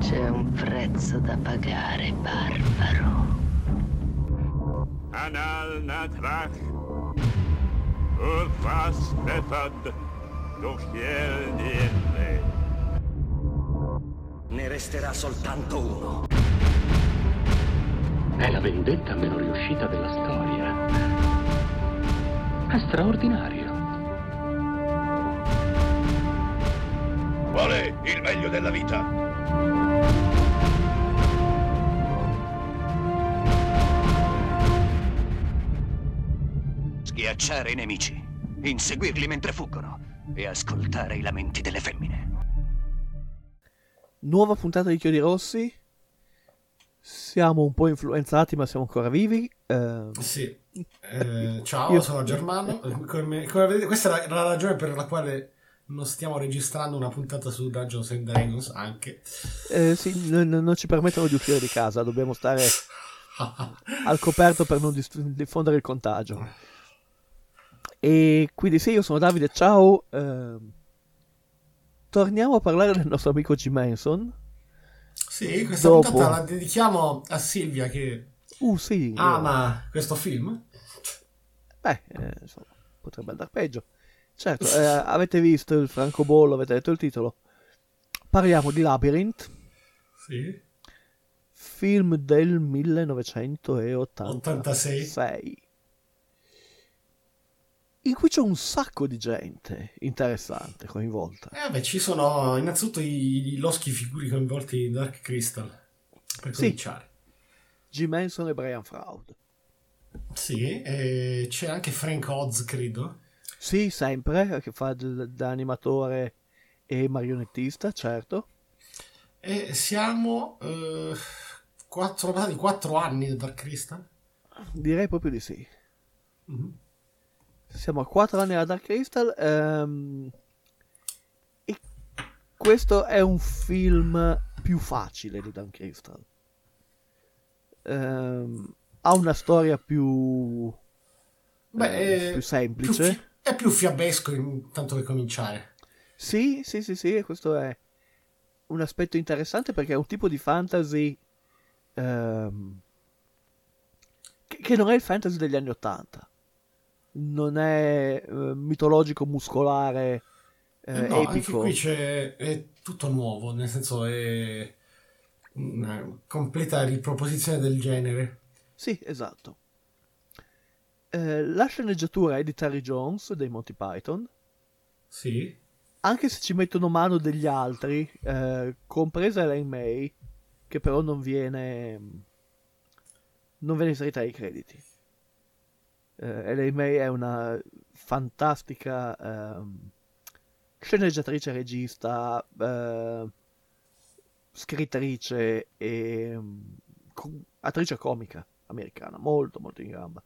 C'è un prezzo da pagare, barbaro. Anal natrach, urfas befad, dochiel niente. Ne resterà soltanto uno. È la vendetta meno riuscita della storia. È straordinario. Qual è il meglio della vita? Schiacciare i nemici, inseguirli mentre fuggono e ascoltare i lamenti delle femmine. Nuova puntata di Chiodi Rossi. Siamo un po' influenzati, ma siamo ancora vivi. Sì. Ciao, sono Germano. Come vedete, questa è la ragione per la quale non stiamo registrando una puntata su Dungeons and Dragons anche. Sì, non ci permettono di uscire di casa, dobbiamo stare al coperto per non diffondere il contagio. E quindi sì, io sono Davide, ciao. Torniamo a parlare del nostro amico Jim Henson. Sì, questa puntata la dedichiamo a Silvia che sì, ama questo film. Insomma, potrebbe andare peggio. Certo, avete visto il francobollo, avete letto il titolo. Parliamo di Labyrinth. Sì. Film del 1986. In cui c'è un sacco di gente interessante coinvolta. Ci sono innanzitutto i loschi figuri coinvolti in Dark Crystal, per cominciare. Jim Henson e Brian Froud. Sì, c'è anche Frank Oz, credo. Sì, sempre, che fa da animatore e marionettista, certo. E siamo passati 4 anni di Dark Crystal? Direi proprio di sì. Mm-hmm. Siamo a 4 anni da Dark Crystal e questo è un film più facile di Dark Crystal. Ha una storia più semplice. È più fiabesco intanto per cominciare. Sì, e questo è un aspetto interessante perché è un tipo di fantasy che non è il fantasy degli anni '80. Non è mitologico, muscolare, no, epico. Anche qui è tutto nuovo, nel senso è una completa riproposizione del genere. Sì, esatto. La sceneggiatura è di Terry Jones dei Monty Python. Sì. Anche se ci mettono mano degli altri, compresa Elaine May, che però non viene inserita ai crediti. Elaine May è una fantastica sceneggiatrice, regista, scrittrice e attrice comica americana, molto molto in gamba.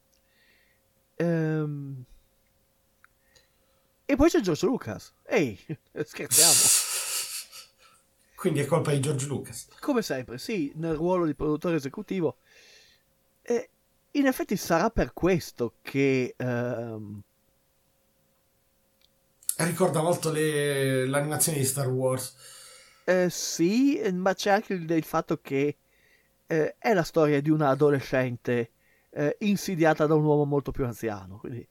E poi c'è George Lucas. Ehi, scherziamo. Quindi è colpa di George Lucas. Come sempre, sì, nel ruolo di produttore esecutivo. In effetti sarà per questo che ricorda molto l'animazione di Star Wars. Sì, ma c'è anche il fatto che è la storia di una adolescente insidiata da un uomo molto più anziano, quindi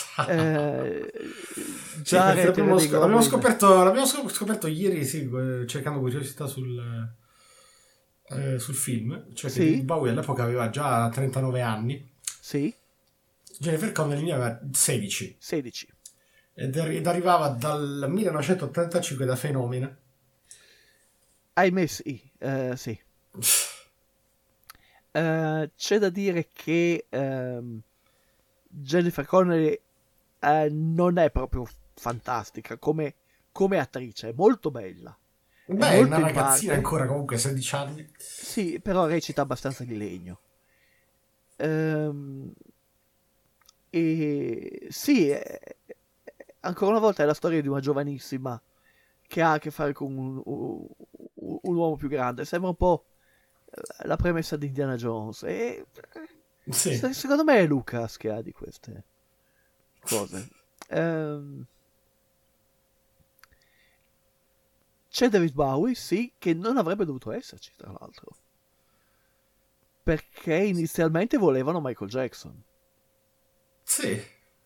l'abbiamo scoperto ieri, sì, cercando curiosità sul film, cioè che David Bowie all'epoca aveva già 39 anni. Sì. Jennifer Connelly aveva 16 ed arrivava dal 1985 da Fenomena. Ahimè sì, sì. C'è da dire che Jennifer Connelly non è proprio fantastica come attrice, è molto bella. È una ragazzina ancora, comunque 16 anni. Sì, però recita abbastanza di legno. E sì, ancora una volta è la storia di una giovanissima che ha a che fare con un uomo più grande. Sembra un po' la premessa di Indiana Jones. E sì. Secondo me è Lucas che ha di queste cose. C'è David Bowie, sì, che non avrebbe dovuto esserci, tra l'altro. Perché inizialmente volevano Michael Jackson. Sì.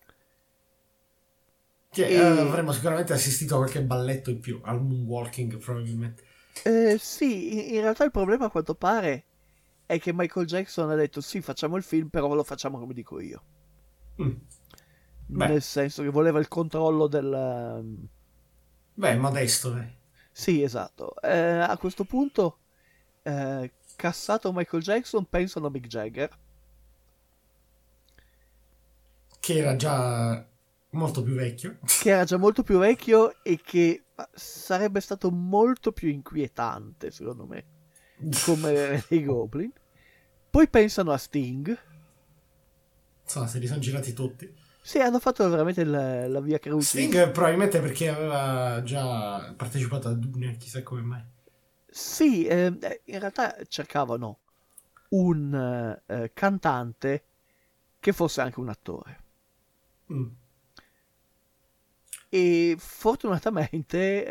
Che avremmo sicuramente assistito a qualche balletto in più, al moonwalking probabilmente. Sì, in realtà il problema a quanto pare è che Michael Jackson ha detto sì, facciamo il film, però lo facciamo come dico io. Beh. Nel senso che voleva il controllo del... Beh, modesto, dai. Sì, esatto. A questo punto, cassato Michael Jackson, pensano a Mick Jagger. Che era già molto più vecchio. Che era già molto più vecchio e che sarebbe stato molto più inquietante, secondo me, come dei Goblin. Poi pensano a Sting. Insomma, se li sono girati tutti. Sì, hanno fatto veramente la via Crucis. Sting probabilmente perché aveva già partecipato a Dune, chissà come mai. Sì, in realtà cercavano un cantante che fosse anche un attore. E fortunatamente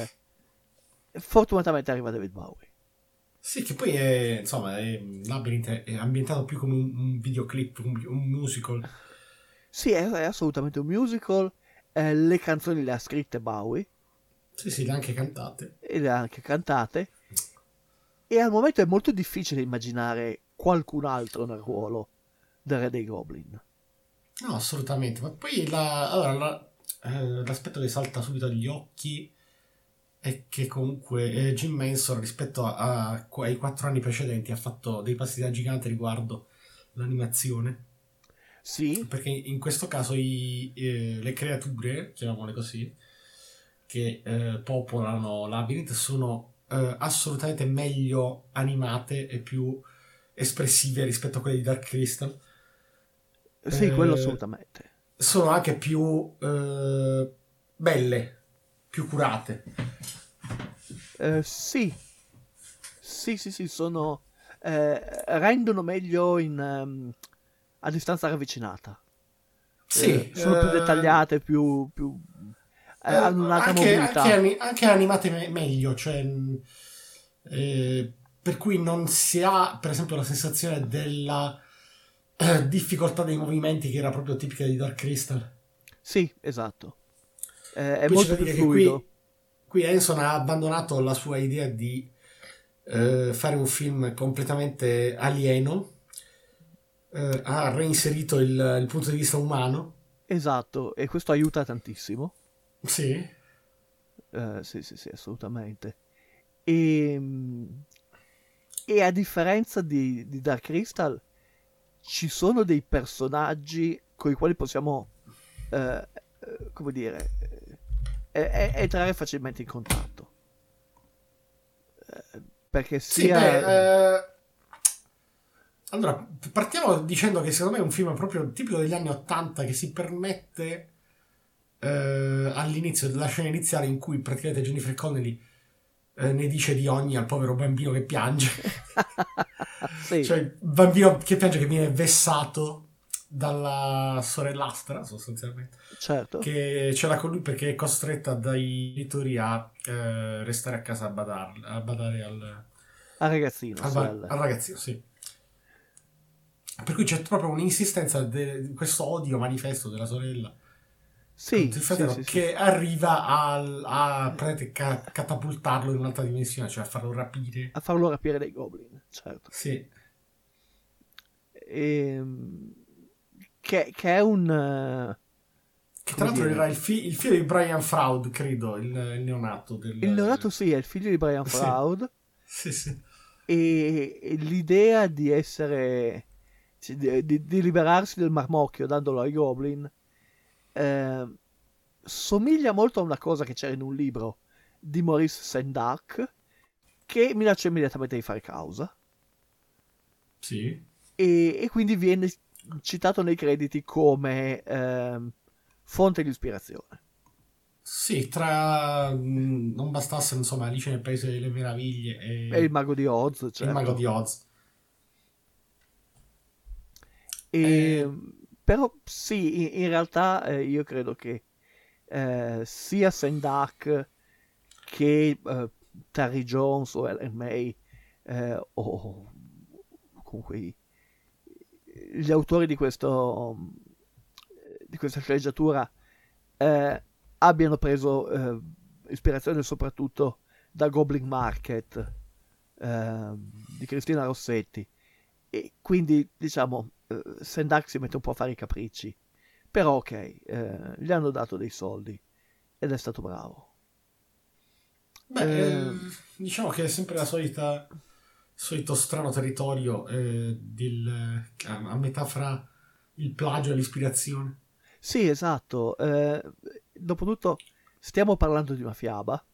arriva David Bowie. Sì, che poi è, insomma, Labyrinth è ambientato più come un videoclip, un musical. Sì, è assolutamente un musical. Le canzoni le ha scritte Bowie. Sì, le ha anche cantate. E le ha anche cantate. E al momento è molto difficile immaginare qualcun altro nel ruolo del Re dei Goblin. No, assolutamente. Ma poi l'aspetto che salta subito agli occhi è che comunque Jim Henson rispetto ai 4 anni precedenti ha fatto dei passi da gigante riguardo l'animazione. Sì. Perché in questo caso le creature, chiamiamole così, che popolano Labyrinth sono assolutamente meglio animate e più espressive rispetto a quelle di Dark Crystal. Sì, quello assolutamente. Sono anche più belle, più curate. Sì, sono rendono meglio a distanza ravvicinata. Sì, sono più dettagliate, più hanno un'altra mobilità. Anche animate meglio, cioè per cui non si ha, per esempio, la sensazione della difficoltà dei movimenti che era proprio tipica di Dark Crystal. Sì, esatto. È Qui molto più fluido. Qui Henson ha abbandonato la sua idea di fare un film completamente alieno, ha reinserito il punto di vista umano. Esatto, e questo aiuta tantissimo. Sì. Sì, assolutamente. E a differenza di Dark Crystal, ci sono dei personaggi con i quali possiamo, come dire, entrare facilmente in contatto. Perché sia... Sì, allora, partiamo dicendo che secondo me è un film proprio tipico degli anni '80 che si permette all'inizio della scena iniziale in cui praticamente Jennifer Connelly ne dice di ogni al povero bambino che piange. Sì. Cioè il bambino che piange, che viene vessato dalla sorellastra sostanzialmente, Certo. che ce l'ha con lui perché è costretta dai genitori a restare a casa a badare al ragazzino. al ragazzino, sì. Per cui c'è proprio un'insistenza di questo odio manifesto della sorella, sì, che arriva a catapultarlo in un'altra dimensione, cioè a farlo rapire. A farlo rapire dai Goblin, certo. Sì. Che è un... Che tra l'altro era il figlio di Brian Froud, credo, il neonato. Il neonato sì, è il figlio di Brian Froud. Sì. E l'idea di essere... di liberarsi del marmocchio dandolo ai Goblin somiglia molto a una cosa che c'era in un libro di Maurice Sendak, che minaccia immediatamente di fare causa. Sì. E quindi viene citato nei crediti come fonte di ispirazione. Sì, tra non bastasse, insomma, Alice nel Paese delle Meraviglie e il Mago di Oz, certo. Il Mago di Oz. Però sì, in realtà io credo che sia Sendak che Terry Jones o Ellen May o comunque gli autori di questa sceneggiatura abbiano preso ispirazione soprattutto da Goblin Market di Cristina Rossetti, e quindi diciamo Sendak si mette un po' a fare i capricci, però ok, gli hanno dato dei soldi ed è stato bravo. Diciamo che è sempre la solito strano territorio a metà fra il plagio e l'ispirazione. Sì, esatto. Dopotutto stiamo parlando di una fiaba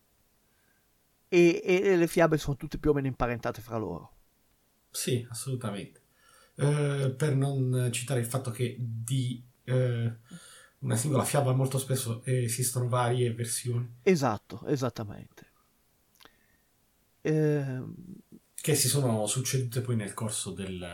e le fiabe sono tutte più o meno imparentate fra loro. Sì, assolutamente. Per non citare il fatto che di una singola fiaba molto spesso esistono varie versioni. Esatto, esattamente. Che si sono succedute poi nel corso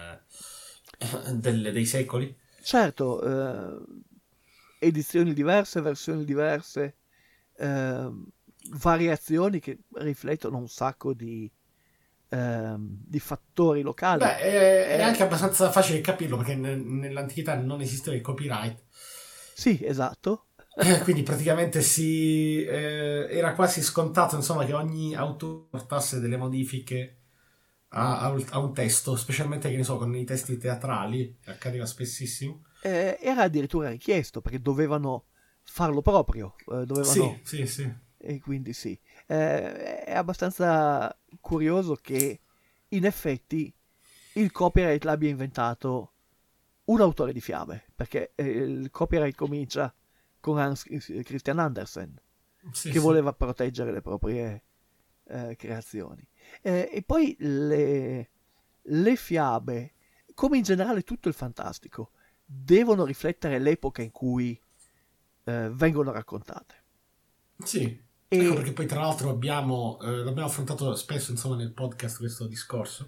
dei secoli. Certo, edizioni diverse, versioni diverse, variazioni che riflettono un sacco di fattori locali. Beh, è anche abbastanza facile capirlo, perché nell'antichità non esisteva il copyright. Sì, esatto. Quindi praticamente era quasi scontato, insomma, che ogni autore portasse delle modifiche a un testo, specialmente, che ne so, con i testi teatrali, che accadeva spessissimo. Era addirittura richiesto, perché dovevano farlo proprio. Sì. E quindi sì. È abbastanza curioso che in effetti il copyright l'abbia inventato un autore di fiabe, perché il copyright comincia con Hans Christian Andersen, che voleva proteggere le proprie creazioni. E poi le fiabe, come in generale tutto il fantastico, devono riflettere l'epoca in cui vengono raccontate. Sì, ecco perché poi tra l'altro l'abbiamo affrontato spesso, insomma, nel podcast questo discorso,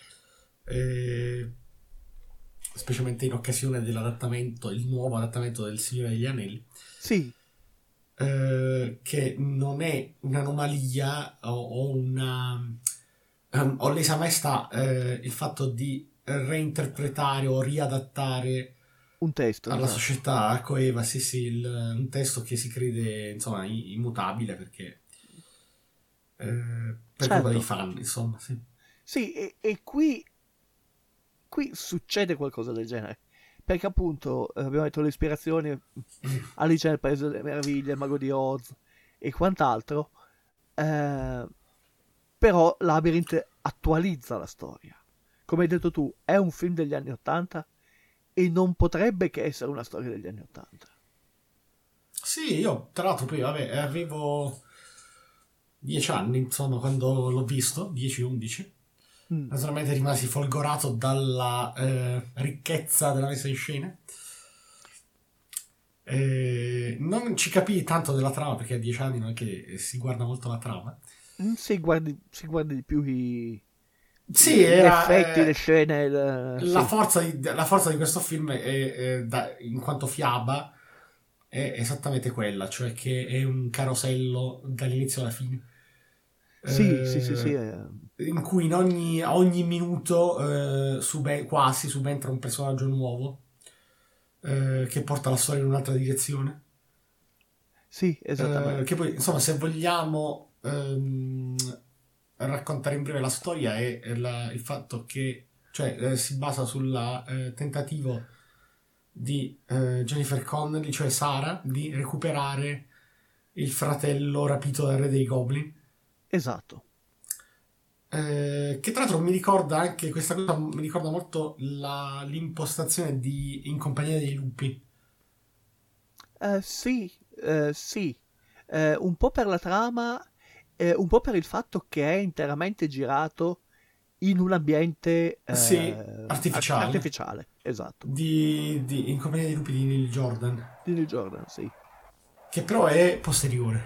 specialmente in occasione il nuovo adattamento del Signore degli Anelli. Sì. Che non è un'anomalia o lesa maestà il fatto di reinterpretare o riadattare un testo alla società coeva, un testo che si crede, insomma, immutabile, perché per colpa dei fan, insomma. Sì, e qui succede qualcosa del genere, perché appunto abbiamo detto le ispirazioni, Alice nel Paese delle Meraviglie, il Mago di Oz e quant'altro, però Labyrinth attualizza la storia. Come hai detto tu, è un film degli anni '80 e non potrebbe che essere una storia degli anni '80. Sì, io tra l'altro poi avevo 10 anni, insomma, quando l'ho visto, 10-11. Naturalmente rimasi folgorato dalla ricchezza della messa in scena. Non ci capii tanto della trama, perché a 10 anni non è che si guarda molto la trama. Si guardi di più gli effetti, le scene. La forza di questo film in quanto fiaba è esattamente quella, cioè che è un carosello dall'inizio alla fine. Sì. In cui a ogni minuto quasi subentra un personaggio nuovo che porta la storia in un'altra direzione. Sì, esattamente. Che poi, insomma, se vogliamo raccontare in breve la storia, è il fatto che si basa sul tentativo di Jennifer Connelly, cioè Sara, di recuperare il fratello rapito dal re dei Goblin. Esatto. Che tra l'altro mi ricorda anche questa cosa, mi ricorda molto l'impostazione di In compagnia dei lupi. Sì. Un po' per la trama, un po' per il fatto che è interamente girato in un ambiente artificiale, esatto. In compagnia dei lupi di Neil Jordan. Di Neil Jordan, sì. Che però è posteriore.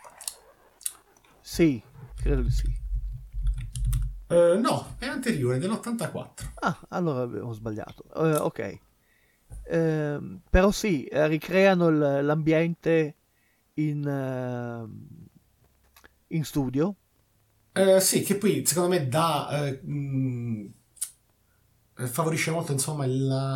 Sì, credo di sì. No, è anteriore, dell'84. Ah, allora avevo sbagliato. Ok. Però sì, ricreano l'ambiente in in studio. Sì, che poi secondo me favorisce molto, insomma,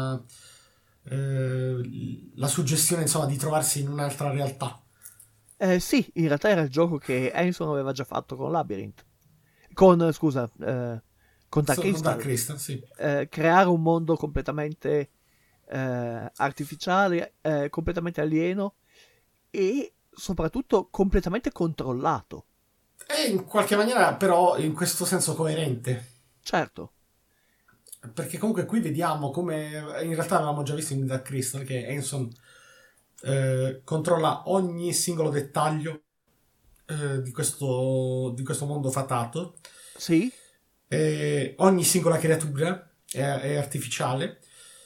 la suggestione, insomma, di trovarsi in un'altra realtà. Sì, in realtà era il gioco che Henson aveva già fatto con Labyrinth. Con Dark Con Crystal. Dark Crystal, sì. Creare un mondo completamente artificiale, completamente alieno e soprattutto completamente controllato. E in qualche maniera, però, in questo senso coerente. Certo. Perché comunque qui vediamo come in realtà avevamo già visto in Dark Crystal che Henson controlla ogni singolo dettaglio di questo mondo fatato. Sì. Ogni singola creatura è artificiale,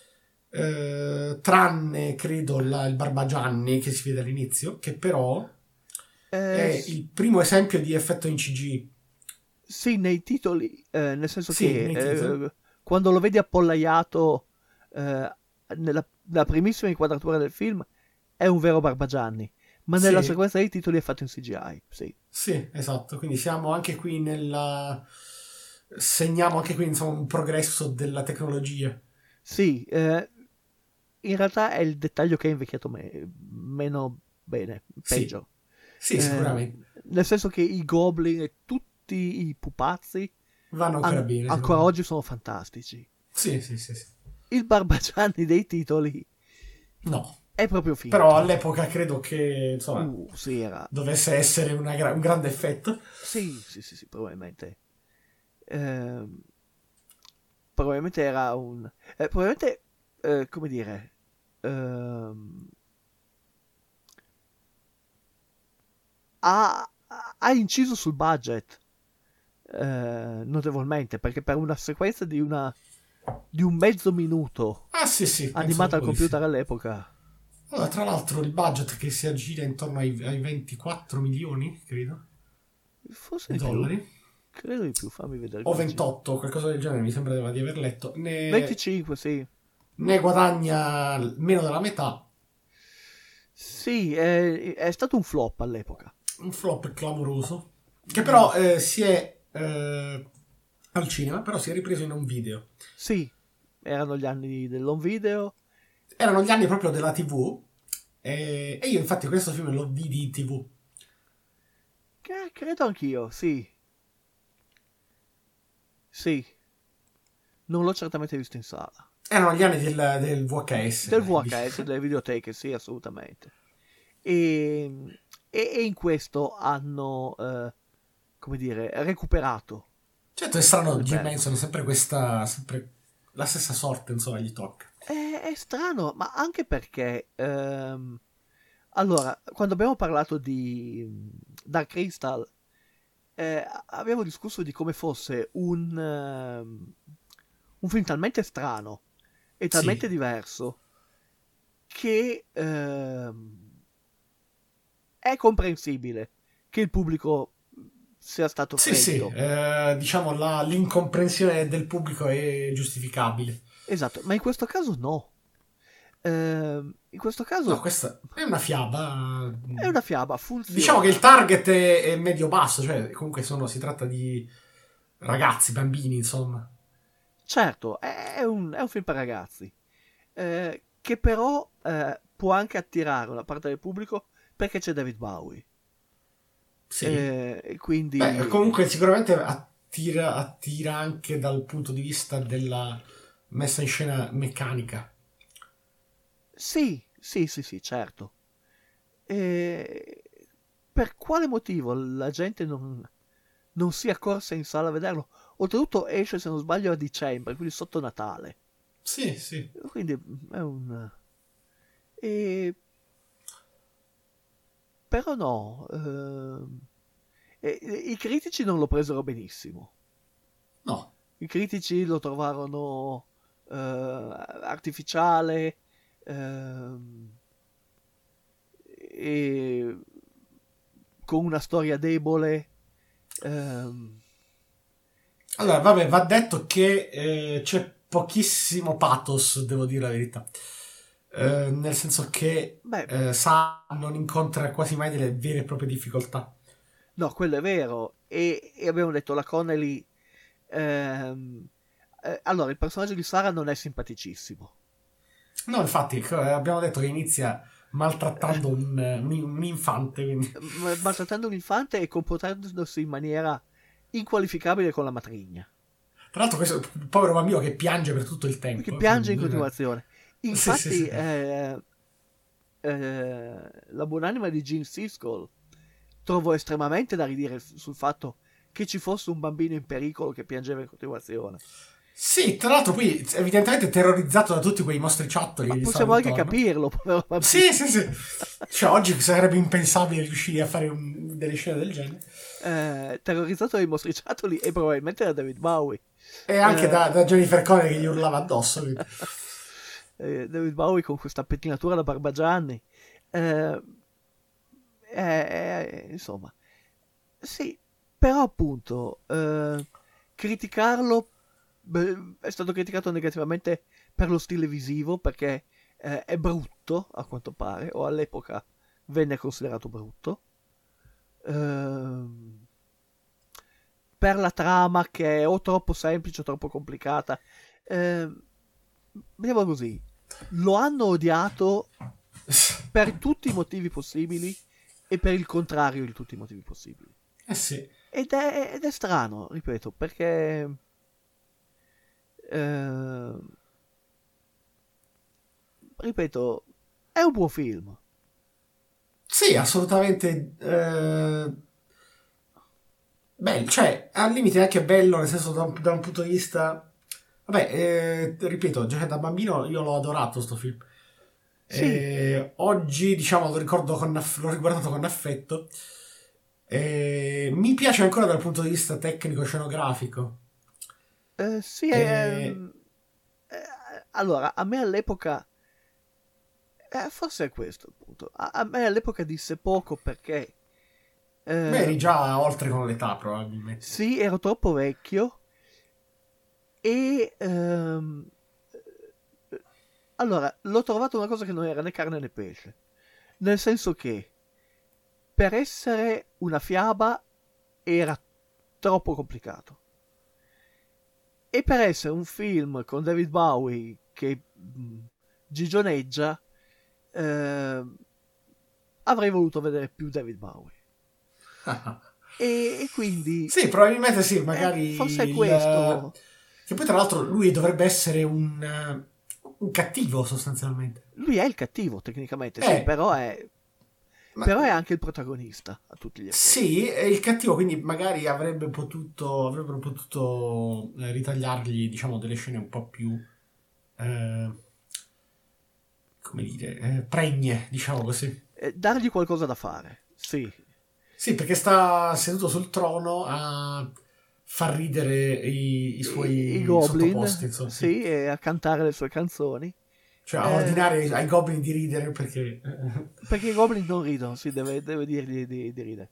tranne credo il Barbagianni che si vede all'inizio, che però è il primo esempio di effetto in CG. Sì, nei titoli, nel senso Sì, che nei titoli. quando lo vedi appollaiato nella primissima inquadratura del film è un vero Barbagianni, ma nella Sì. sequenza dei titoli è fatto in CGI. Sì, Sì, esatto, quindi siamo anche qui segniamo anche qui, insomma, un progresso della tecnologia. sì, in realtà è il dettaglio che è invecchiato meno bene, Sì. peggio. Sì, sicuramente. Nel senso che i goblin e tutti i pupazzi Vanno ancora bene. ancora secondo me. oggi sono fantastici. Sì. Il Barbagianni dei titoli No. è proprio finto. Però all'epoca credo che, insomma, sì, era. dovesse essere un grande effetto. Sì, probabilmente. Probabilmente era un... probabilmente, come dire... ha inciso sul budget notevolmente, perché per una sequenza di un mezzo minuto Ah, sì. animata al penso computer di all'epoca. sì. Allora, tra l'altro il budget che si aggira intorno ai 24 milioni, credo, Forse di di più. dollari. Credo di più, fammi vedere. O 28, qualcosa del genere, mi sembra di aver letto. 25, sì. Ne guadagna meno della metà. Sì, è stato un flop all'epoca. Un flop clamoroso. Che però si è al cinema, però si è ripreso in un video. Sì, erano gli anni dell'home video. Erano gli anni proprio della TV. E io infatti questo film lo vidi in TV. Credo anch'io, sì. Sì. Non l'ho certamente visto in sala. Erano gli anni del VHS. Del VHS, delle videoteche, sì, assolutamente. E in questo hanno, come dire, recuperato. Certo, è strano, Jim Bello. Henson, sempre la stessa sorte, insomma, gli tocca. È strano, ma anche perché... allora, quando abbiamo parlato di Dark Crystal, abbiamo discusso di come fosse un film talmente strano e talmente Sì. diverso che è comprensibile che il pubblico sia stato Sì, freddo. diciamo l'incomprensione del pubblico è giustificabile. Esatto, ma in questo caso no. In questo caso No, questa è una fiaba. è una fiaba, funziona. Diciamo che il target è medio-basso, cioè comunque si tratta di ragazzi, bambini, insomma. Certo, è un film per ragazzi, che però può anche attirare una parte del pubblico perché c'è David Bowie. Sì. E quindi... Beh, comunque sicuramente attira anche dal punto di vista della messa in scena meccanica. Sì, certo. Per quale motivo la gente non si è accorsa in sala a vederlo? Oltretutto esce, se non sbaglio, a dicembre, quindi sotto Natale. Sì. Quindi è un... Però no, i critici non lo presero benissimo. No. I critici lo trovarono artificiale e con una storia debole. Allora, vabbè, va detto che c'è pochissimo pathos, devo dire la verità. Nel senso che Beh, Sam non incontra quasi mai delle vere e proprie difficoltà. No, quello è vero. E abbiamo detto la Connelly. Allora, il personaggio di Sarah non è simpaticissimo. No, infatti, abbiamo detto che inizia maltrattando un infante. Quindi. Maltrattando un infante e comportandosi in maniera inqualificabile con la matrigna. Tra l'altro, questo povero bambino che piange per tutto il tempo. Che piange in continuazione. Infatti, Sì. la buonanima di Gene Siskel trovo estremamente da ridire sul fatto che ci fosse un bambino in pericolo che piangeva in continuazione. Sì, tra l'altro qui evidentemente terrorizzato da tutti quei mostriciattoli. Ma che gli possiamo stavano anche intorno. capirlo, povero bambino. Sì. Cioè, oggi sarebbe impensabile riuscire a fare delle scene del genere. Terrorizzato dai mostriciattoli e probabilmente da David Bowie. E anche da Jennifer Connelly che gli urlava addosso. David Bowie con questa pettinatura da Barbagianni. Insomma, sì, però appunto criticarlo è stato criticato negativamente per lo stile visivo, perché è brutto a quanto pare, o all'epoca venne considerato brutto, per la trama che è o troppo semplice o troppo complicata. Vediamo così, lo hanno odiato per tutti i motivi possibili e per il contrario di tutti i motivi possibili. Sì. Ed è strano, ripeto, perché ripeto, è un buon film. Sì, assolutamente. Beh, cioè, al limite è anche bello, nel senso, da un punto di vista. Vabbè, ripeto, già da bambino io l'ho adorato sto film. Sì. Oggi, diciamo, l'ho riguardato con affetto. Mi piace ancora dal punto di vista tecnico-scenografico. Sì, allora, a me all'epoca forse è questo il punto. A me all'epoca disse poco perché Beh, eri già oltre con l'età, probabilmente. sì, ero troppo vecchio e allora, l'ho trovato una cosa che non era né carne né pesce, nel senso che per essere una fiaba era troppo complicato, e per essere un film con David Bowie che gigioneggia, avrei voluto vedere più David Bowie. e quindi Sì, probabilmente sì, magari forse è questo. Che poi tra l'altro lui dovrebbe essere un cattivo sostanzialmente. Lui è il cattivo tecnicamente, sì, però è anche il protagonista a tutti gli effetti. Sì, è il cattivo, quindi magari avrebbero potuto ritagliargli, diciamo, delle scene un po' più come dire, pregne, diciamo così. Dargli qualcosa da fare, sì. Sì, perché sta seduto sul trono a far ridere i suoi I goblin, sottoposti, insomma. sì, e a cantare le sue canzoni. Cioè a ordinare ai goblin di ridere perché i goblin non ridono, sì, deve dirgli di ridere.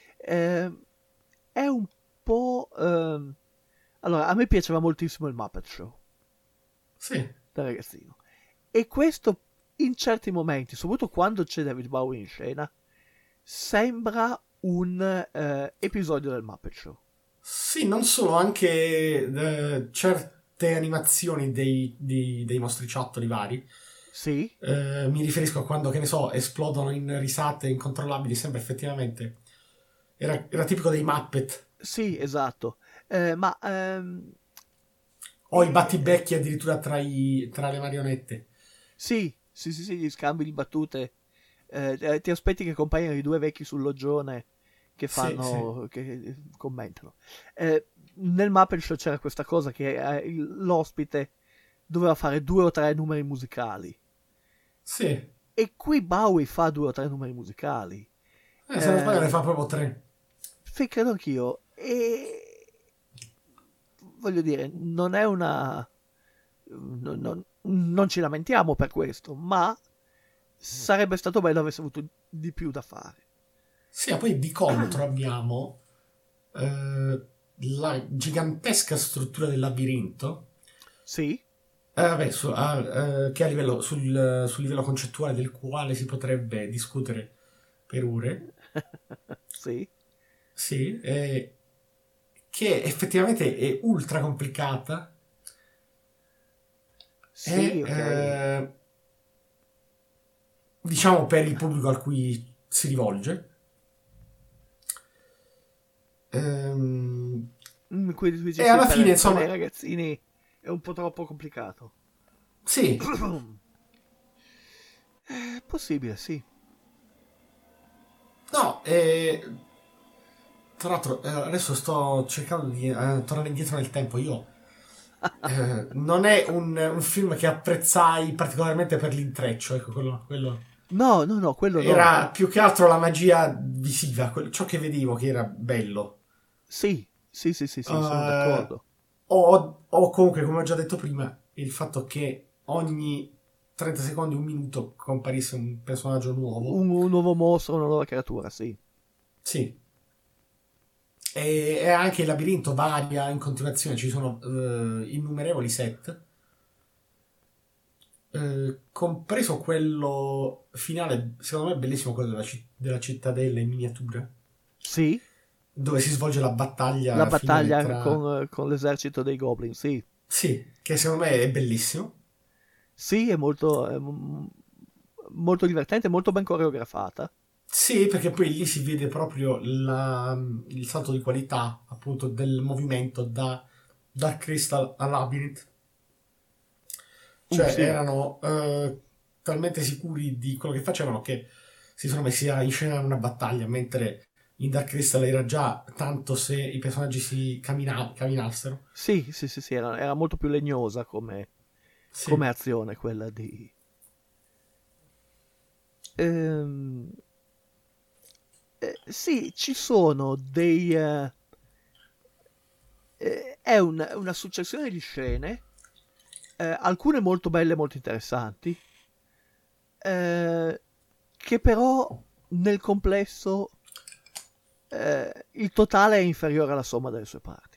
È un po'... allora, a me piaceva moltissimo il Muppet Show. Sì. Da ragazzino. E questo in certi momenti, soprattutto quando c'è David Bowie in scena, sembra un episodio del Muppet Show. Sì, non solo, anche certe animazioni dei mostriciattoli vari. Sì. Mi riferisco a quando, che ne so, esplodono in risate incontrollabili, sembra effettivamente era tipico dei Muppet. Sì, esatto. Ma o i battibecchi addirittura tra le marionette. Sì, gli scambi di battute. Ti aspetti che compaiano i due vecchi sul loggione che fanno, sì. Che commentano. Nel Muppet Show c'era questa cosa che l'ospite doveva fare 2 o 3 numeri musicali. Sì. E qui Bowie fa 2 o 3 numeri musicali. Se non sbaglio ne fa proprio 3. Sì, credo anch'io. E voglio dire, non è una... non ci lamentiamo per questo, ma sarebbe stato bello avesse avuto di più da fare. Sì, poi di contro abbiamo la gigantesca struttura del labirinto. Sì. Che a livello sul livello concettuale del quale si potrebbe discutere per ore. Sì. Sì, che effettivamente è ultra complicata. Sì, ok. Diciamo per il pubblico al cui si rivolge. Quindi tu dici E sì, alla per, fine, per insomma, i ragazzini è un po' troppo complicato. sì, È possibile, sì. no, tra l'altro adesso sto cercando di tornare indietro nel tempo. Io non è un film che apprezzai particolarmente per l'intreccio, ecco, quello No, no, no, quello no. era più che altro la magia visiva, ciò che vedevo che era bello. Sì, sono d'accordo. O comunque, come ho già detto prima, il fatto che ogni 30 secondi, un minuto comparisse un personaggio nuovo. Un nuovo mostro, una nuova creatura, sì. Sì. E anche il labirinto varia in continuazione, ci sono innumerevoli set. Compreso quello finale, secondo me è bellissimo, quello della cittadella in miniatura, Sì, dove si svolge la battaglia la battaglia finale con l'esercito dei Goblin, sì. Sì, che secondo me è bellissimo. Sì, è molto divertente, molto ben coreografata. Sì, perché poi lì si vede proprio il salto di qualità, appunto, del movimento da Dark Crystal a Labyrinth. Cioè, Sì. erano talmente sicuri di quello che facevano che si sono messi a inscenare una battaglia, mentre in Dark Crystal era già tanto se i personaggi si camminassero. Sì, era molto più legnosa come azione quella di... sì, ci sono dei... è una successione di scene, alcune molto belle, molto interessanti, che però nel complesso il totale è inferiore alla somma delle sue parti.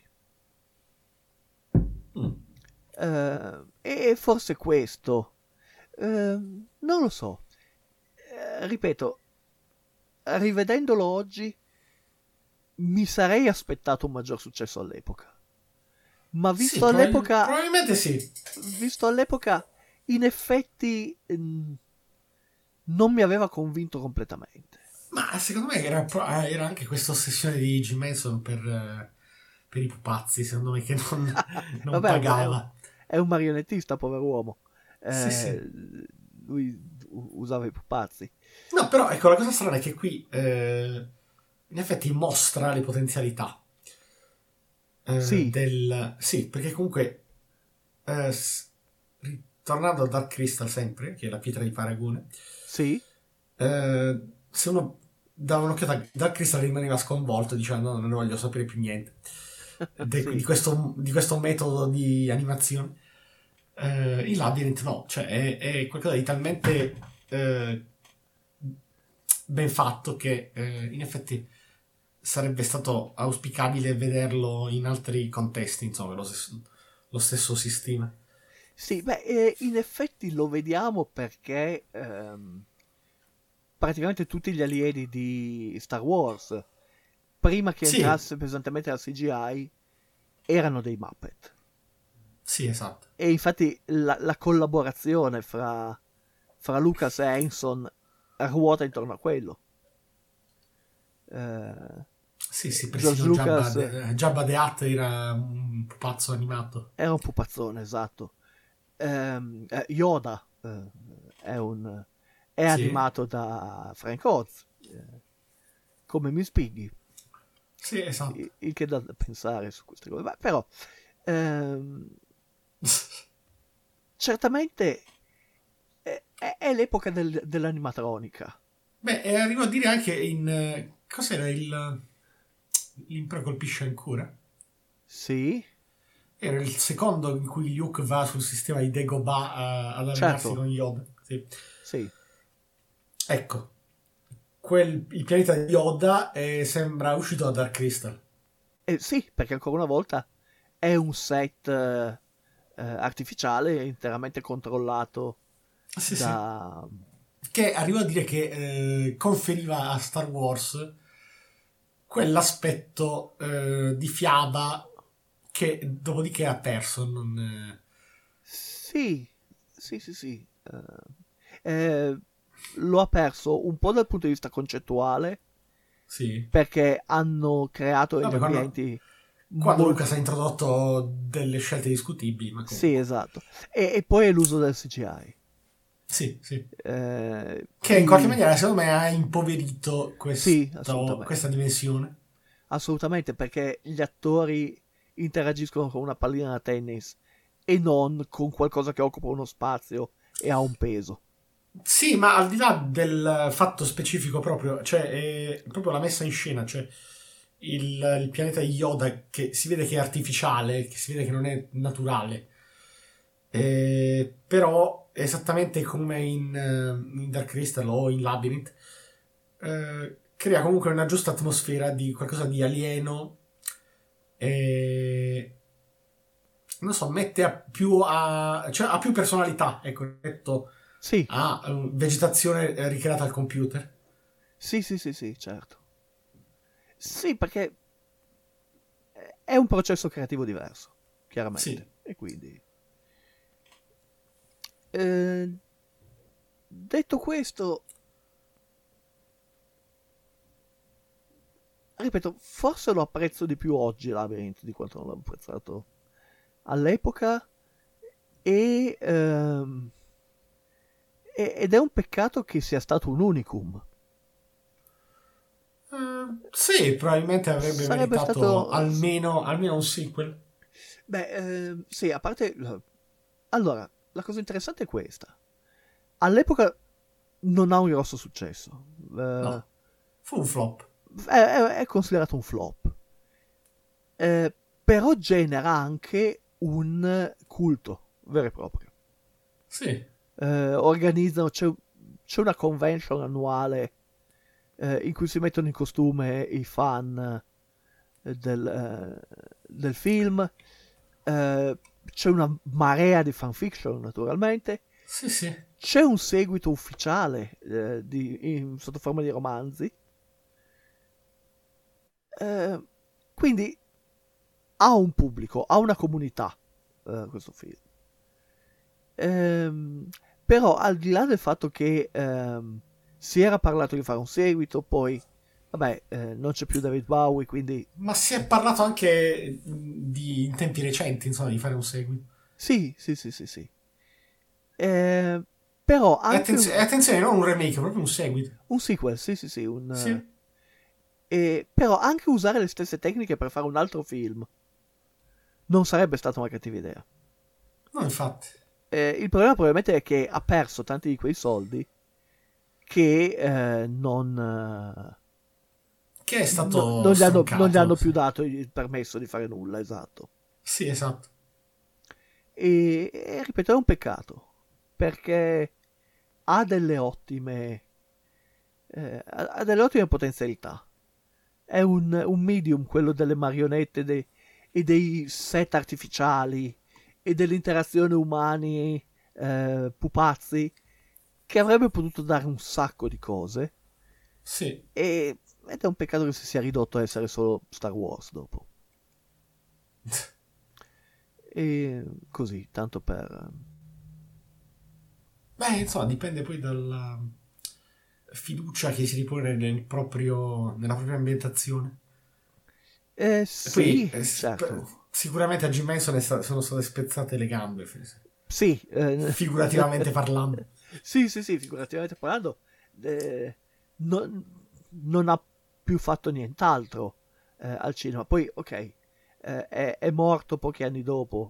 E forse questo, non lo so, ripeto, rivedendolo oggi mi sarei aspettato un maggior successo all'epoca, ma visto all'epoca probabilmente sì, visto all'epoca in effetti non mi aveva convinto completamente. ma secondo me era anche questa ossessione di Jim Henson per i pupazzi, secondo me, che non Vabbè, pagava. È un marionettista, pover'uomo. Sì. Lui usava i pupazzi. No, però ecco, la cosa strana è che qui in effetti mostra le potenzialità Sì. Sì, perché comunque ritornando a Dark Crystal sempre, che è la pietra di paragone, Sì. se uno dava un'occhiata a Dark Crystal rimaneva sconvolto dicendo no, non ne voglio sapere più niente Sì. di questo metodo di animazione. Il Labyrinth no, cioè è qualcosa di talmente ben fatto che in effetti sarebbe stato auspicabile vederlo in altri contesti, insomma, lo stesso sistema. Sì, beh, in effetti lo vediamo perché praticamente tutti gli alieni di Star Wars, prima che entrasse pesantemente la CGI, erano dei Muppet. Sì, esatto. E infatti la collaborazione fra Lucas e Henson ruota intorno a quello. Sì, George persino Lucas Jabba the Hutt era un pupazzo animato. era un pupazzone, esatto. Yoda è animato da Frank Oz, come Miss Piggy. Sì, esatto. Il che dà da pensare su queste cose. Ma però certamente è l'epoca dell'animatronica. Beh, arrivo a dire anche in cos'era l'Impero colpisce ancora? Sì. Era il secondo in cui Luke va sul sistema di Dagobah ad allenarsi con Yoda. Sì. Ecco, il pianeta di Yoda sembra uscito da Dark Crystal. Sì, perché ancora una volta è un set artificiale interamente controllato che arrivo a dire che conferiva a Star Wars quell'aspetto di fiaba che dopodiché ha perso. Non, Sì, sì, sì, sì. Lo ha perso un po' dal punto di vista concettuale, sì. perché hanno creato degli Vabbè, ambienti Quando molto... Lucas ha introdotto delle scelte discutibili, ma Sì, esatto. E poi è l'uso del CGI. sì, sì. Eh, Che in qualche maniera, secondo me, ha impoverito Sì, assolutamente. questa dimensione. Assolutamente, perché gli attori interagiscono con una pallina da tennis e non con qualcosa che occupa uno spazio e ha un peso. Sì, ma al di là del fatto specifico proprio, cioè è proprio la messa in scena, cioè il pianeta Yoda che si vede che è artificiale, che si vede che non è naturale. Però esattamente come in Dark Crystal o in Labyrinth crea comunque una giusta atmosfera di qualcosa di alieno e non so, mette cioè ha più personalità, ecco, rispetto Sì, a vegetazione ricreata al computer. sì, sì, sì, sì, certo. Sì, perché è un processo creativo diverso, chiaramente. Sì. E quindi... detto questo, ripeto, forse lo apprezzo di più oggi Labyrinth di quanto non l'ho apprezzato all'epoca ed è un peccato che sia stato un unicum. Sì, probabilmente avrebbe Sarebbe meritato stato... almeno un sequel. Beh, sì, a parte... Allora, la cosa interessante è questa. All'epoca non ha un grosso successo. No, fu un flop. È considerato un flop. Però genera anche un culto vero e proprio. Sì. Organizzano... C'è una convention annuale in cui si mettono in costume i fan del film. C'è una marea di fanfiction, naturalmente. Sì, sì. C'è un seguito ufficiale sotto forma di romanzi. Quindi ha un pubblico, ha una comunità questo film. Però al di là del fatto che si era parlato di fare un seguito, poi vabbè, non c'è più David Bowie, quindi Ma si è parlato anche in tempi recenti, insomma, di fare un seguito. sì, sì, sì, sì, sì. Però anche attenzione, non un remake, proprio un seguito. un sequel, sì, sì, sì, Sì. però anche usare le stesse tecniche per fare un altro film non sarebbe stata una cattiva idea. No, infatti. Il problema probabilmente è che ha perso tanti di quei soldi che Che è stato non gli stroncato. hanno più dato il permesso di fare nulla, esatto. Sì, esatto. E ripeto, è un peccato, perché ha delle ottime potenzialità. È un medium, quello delle marionette e dei set artificiali e delle interazioni umani pupazzi, che avrebbe potuto dare un sacco di cose. Sì. Ed è un peccato che si sia ridotto a essere solo Star Wars dopo. E così, tanto per... Beh, insomma, dipende poi dalla fiducia che si ripone nella propria ambientazione. Sì, Poi, certo. sicuramente a Jim Henson sono state spezzate le gambe, Sì. figurativamente parlando. Sì, sì, sì, figurativamente parlando. Non ha più fatto nient'altro al cinema. Poi, ok, è morto pochi anni dopo.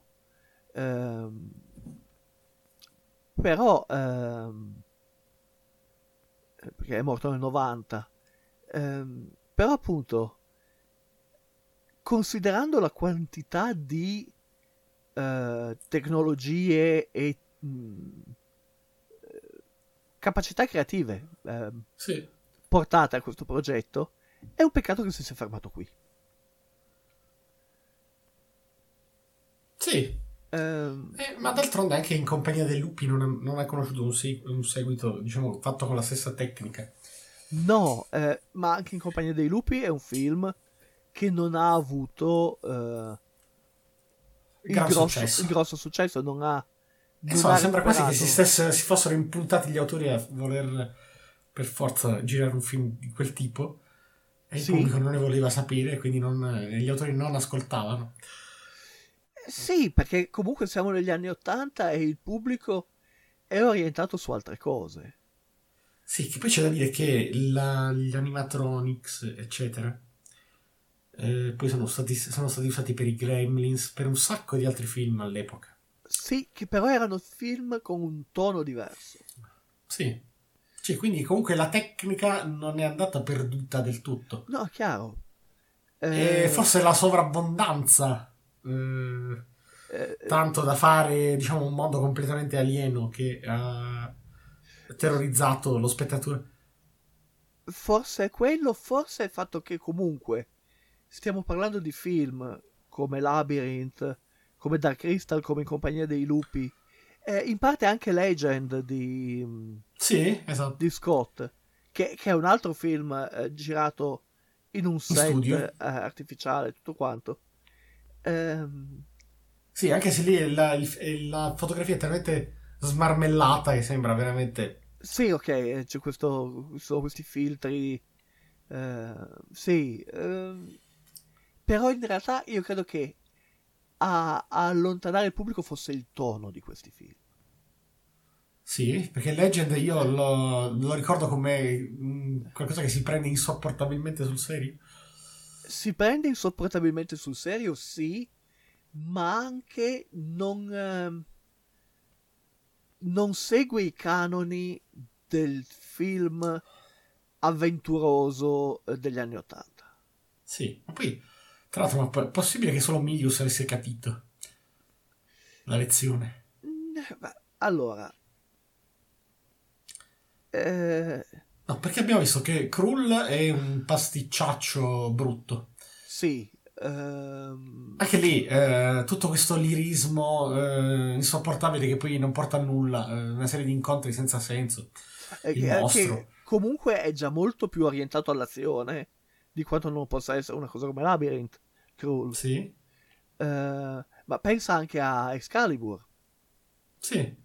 Però perché è morto nel 90. Però appunto, considerando la quantità di tecnologie e capacità creative Sì. portate a questo progetto, è un peccato che si sia fermato qui. Sì. Ma d'altronde anche in Compagnia dei Lupi non ha conosciuto un seguito, diciamo, fatto con la stessa tecnica. No, ma anche In compagnia dei lupi è un film che non ha avuto il grosso successo, non ha sembra quasi che recuperato. si fossero impuntati gli autori a voler per forza girare un film di quel tipo, e il Sì. pubblico non ne voleva sapere, quindi gli autori non ascoltavano. Sì, perché comunque siamo negli anni '80 e il pubblico è orientato su altre cose. Sì, che poi c'è da dire che gli animatronics, eccetera, poi sono stati usati per i Gremlins, per un sacco di altri film all'epoca. Sì, che però erano film con un tono diverso. Sì. Cioè, quindi comunque la tecnica non è andata perduta del tutto. No, è chiaro. E forse la sovrabbondanza, tanto da fare, diciamo, un mondo completamente alieno che ha terrorizzato lo spettatore. Forse è quello, forse è il fatto che comunque stiamo parlando di film come Labyrinth, come Dark Crystal, come In compagnia dei lupi, in parte anche Legend Sì, esatto. di Scott, che è un altro film girato in un set studio. artificiale, tutto quanto. Sì, anche se lì la fotografia è talmente smarmellata che sembra veramente... Sì, ok, c'è questi filtri. Sì, però in realtà io credo che a allontanare il pubblico fosse il tono di questi film. Sì, perché Legend io lo ricordo come qualcosa che si prende insopportabilmente sul serio. Si prende insopportabilmente sul serio, sì, ma anche non segue i canoni del film avventuroso degli anni '80. Sì, ma poi, tra l'altro, ma è possibile che solo Milius avesse capito la lezione? Allora, No, perché abbiamo visto che Krull è un pasticciaccio brutto. sì, Anche lì, tutto questo lirismo insopportabile che poi non porta a nulla, una serie di incontri senza senso. Il mostro. che comunque è già molto più orientato all'azione di quanto non possa essere una cosa come Labyrinth, Krull. Sì, Ma pensa anche a Excalibur. sì,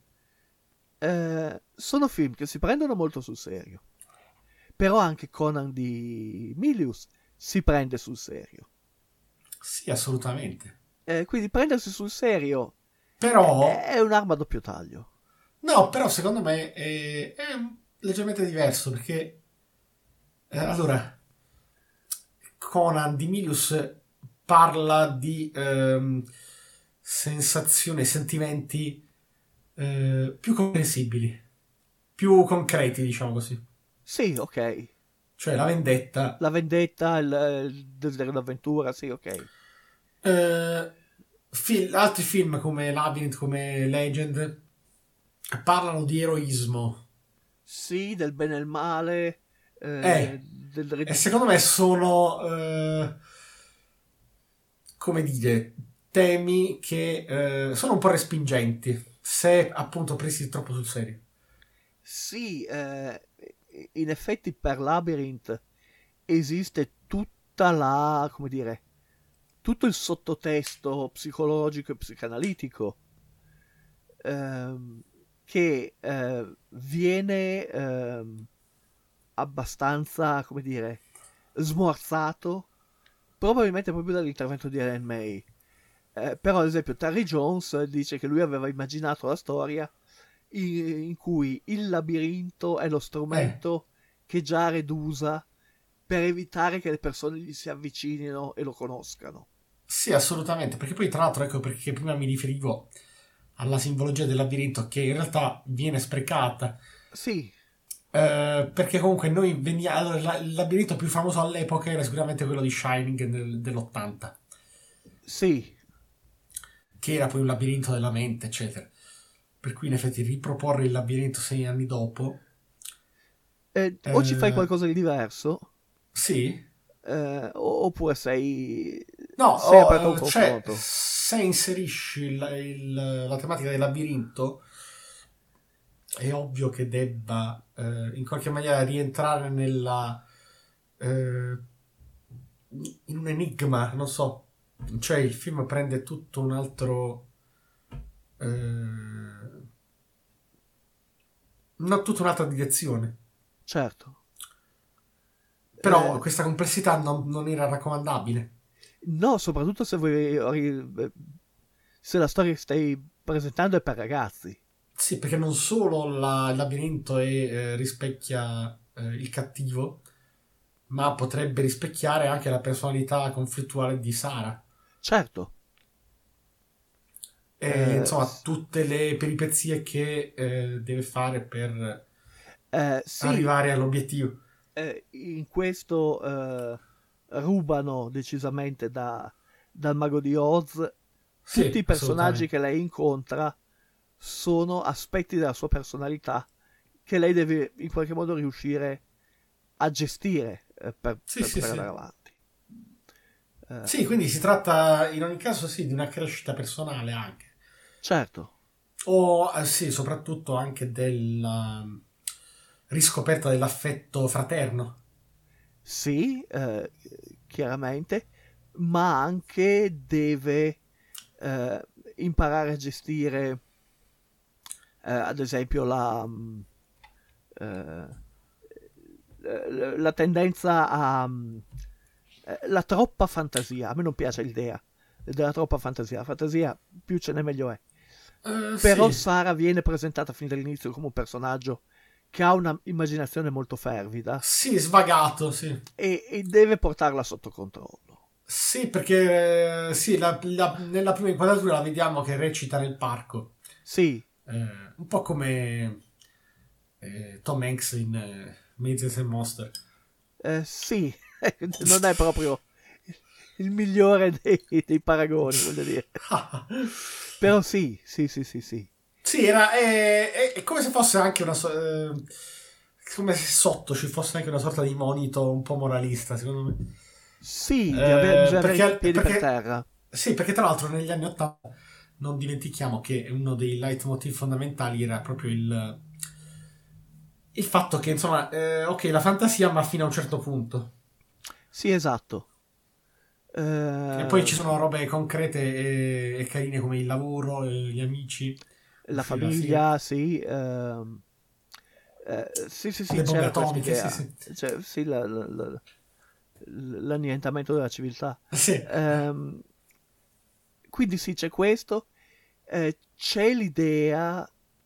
Sono film che si prendono molto sul serio, però anche Conan di Milius si prende sul serio. sì, assolutamente. Quindi prendersi sul serio Però, è un'arma a doppio taglio. no, però secondo me è leggermente diverso perché, allora, Conan di Milius parla di sensazioni e sentimenti più comprensibili, più concreti, diciamo così. Sì, ok. Cioè la vendetta. La vendetta, il desiderio d'avventura, sì, ok. Altri film come Labyrinth, come Legend, parlano di eroismo. Sì, del bene e il male, E secondo me sono, come dire, temi che sono un po' respingenti se appunto presi troppo sul serio. Sì, in effetti per Labyrinth esiste tutta la, come dire, tutto il sottotesto psicologico e psicanalitico che viene abbastanza, come dire, smorzato probabilmente proprio dall'intervento di Ellen May. Però ad esempio Terry Jones dice che lui aveva immaginato la storia in cui il labirinto è lo strumento che Jared usa per evitare che le persone gli si avvicinino e lo conoscano. Sì, assolutamente, perché poi tra l'altro ecco perché prima mi riferivo alla simbologia del labirinto che in realtà viene sprecata. Sì. Perché comunque noi allora, il labirinto più famoso all'epoca era sicuramente quello di Shining dell'80. Sì. Che era poi un labirinto della mente, eccetera. Per cui in effetti riproporre il labirinto 6 anni dopo... o ci fai qualcosa di diverso? Sì. Oppure sei... No, sei aperto a un confronto. Se inserisci la tematica del labirinto è ovvio che debba in qualche maniera rientrare nella in un enigma, non so, cioè il film prende tutto un altro tutta un'altra direzione, Certo. però questa complessità non era raccomandabile. No, soprattutto se se la storia che stai presentando è per ragazzi. Sì, perché non solo il labirinto rispecchia il cattivo, ma potrebbe rispecchiare anche la personalità conflittuale di Sara. Certo. E, insomma, tutte le peripezie che deve fare per Sì, arrivare all'obiettivo. in questo rubano decisamente dal Mago di Oz. Sì, Tutti i personaggi assolutamente. che lei incontra sono aspetti della sua personalità che lei deve in qualche modo riuscire a gestire per andare avanti. Sì, quindi si tratta in ogni caso sì di una crescita personale anche. Certo. O sì, soprattutto anche della riscoperta dell'affetto fraterno. Sì, chiaramente, ma anche deve imparare a gestire ad esempio la tendenza a la troppa fantasia. A me non piace l'idea della troppa fantasia. La fantasia più ce n'è meglio è. Però Sì. Sara viene presentata fin dall'inizio come un personaggio che ha una immaginazione molto fervida Sì, svagato, sì. e deve portarla sotto controllo. Sì, perché sì, nella prima inquadratura la vediamo che recita nel parco. Sì, Un po' come Tom Hanks in Mazes and Monster. sì, non è proprio il migliore dei paragoni, voglio dire. Però sì. Sì, è come se fosse anche come se sotto ci fosse anche una sorta di monito un po' moralista, secondo me. Sì, bisogna avere i piedi per perché- terra. Sì, perché tra l'altro negli anni '80 non dimentichiamo che uno dei leitmotiv fondamentali era proprio il fatto che, insomma, ok, la fantasia, ma fino a un certo punto. Sì, esatto. E poi ci sono robe concrete e carine come il lavoro, gli amici, la uscire famiglia, sì. Sì, le bombe c'era atomiche, quest'idea. sì. Cioè, sì, l'annientamento della civiltà. Sì. Quindi sì, c'è questo. C'è l'idea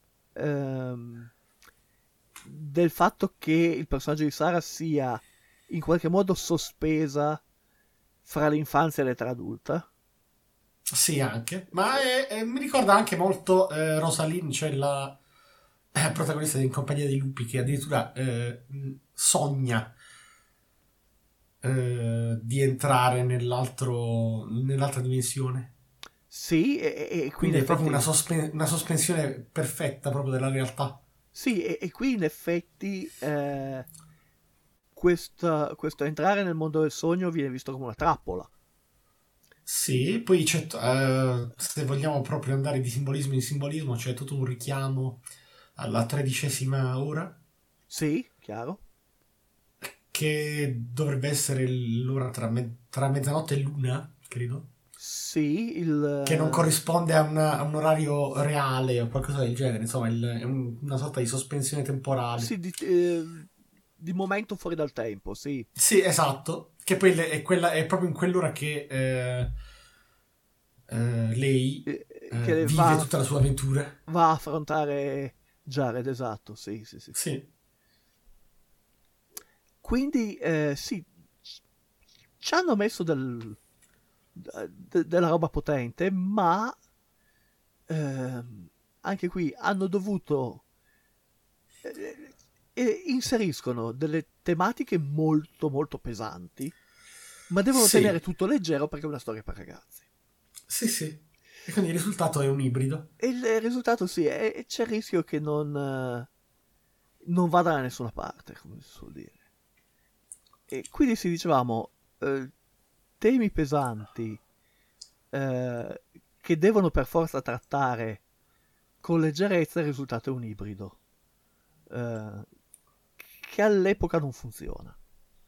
del fatto che il personaggio di Sara sia in qualche modo sospesa fra l'infanzia e l'età adulta. Sì, anche. Ma mi ricorda anche molto Rosalind, cioè la protagonista di In compagnia dei lupi, che addirittura sogna di entrare nell'altra dimensione. Sì, e qui Quindi in è proprio effetti, una sospensione perfetta proprio della realtà. sì, e qui in effetti questo entrare nel mondo del sogno viene visto come una trappola. Sì, poi c'è, se vogliamo proprio andare di simbolismo in simbolismo, c'è tutto un richiamo alla 13ª ora, Sì, chiaro. che dovrebbe essere l'ora tra mezzanotte e l'una, credo, Sì, che non corrisponde a un orario reale o qualcosa del genere, insomma, è una sorta di sospensione temporale. sì, di momento fuori dal tempo, sì. Sì, esatto, che poi è proprio in quell'ora che lei Che vive tutta la sua avventura. va a affrontare Jared, esatto, sì. Sì. Quindi sì, ci hanno messo della roba potente, ma anche qui hanno dovuto inseriscono delle tematiche molto molto pesanti, ma devono Sì. tenere tutto leggero perché è una storia per ragazzi. Sì. E quindi il risultato è un ibrido. E il risultato sì, c'è il rischio che non vada da nessuna parte, come si suol dire. E quindi si dicevamo temi pesanti che devono per forza trattare con leggerezza, il risultato è un ibrido. che all'epoca non funziona.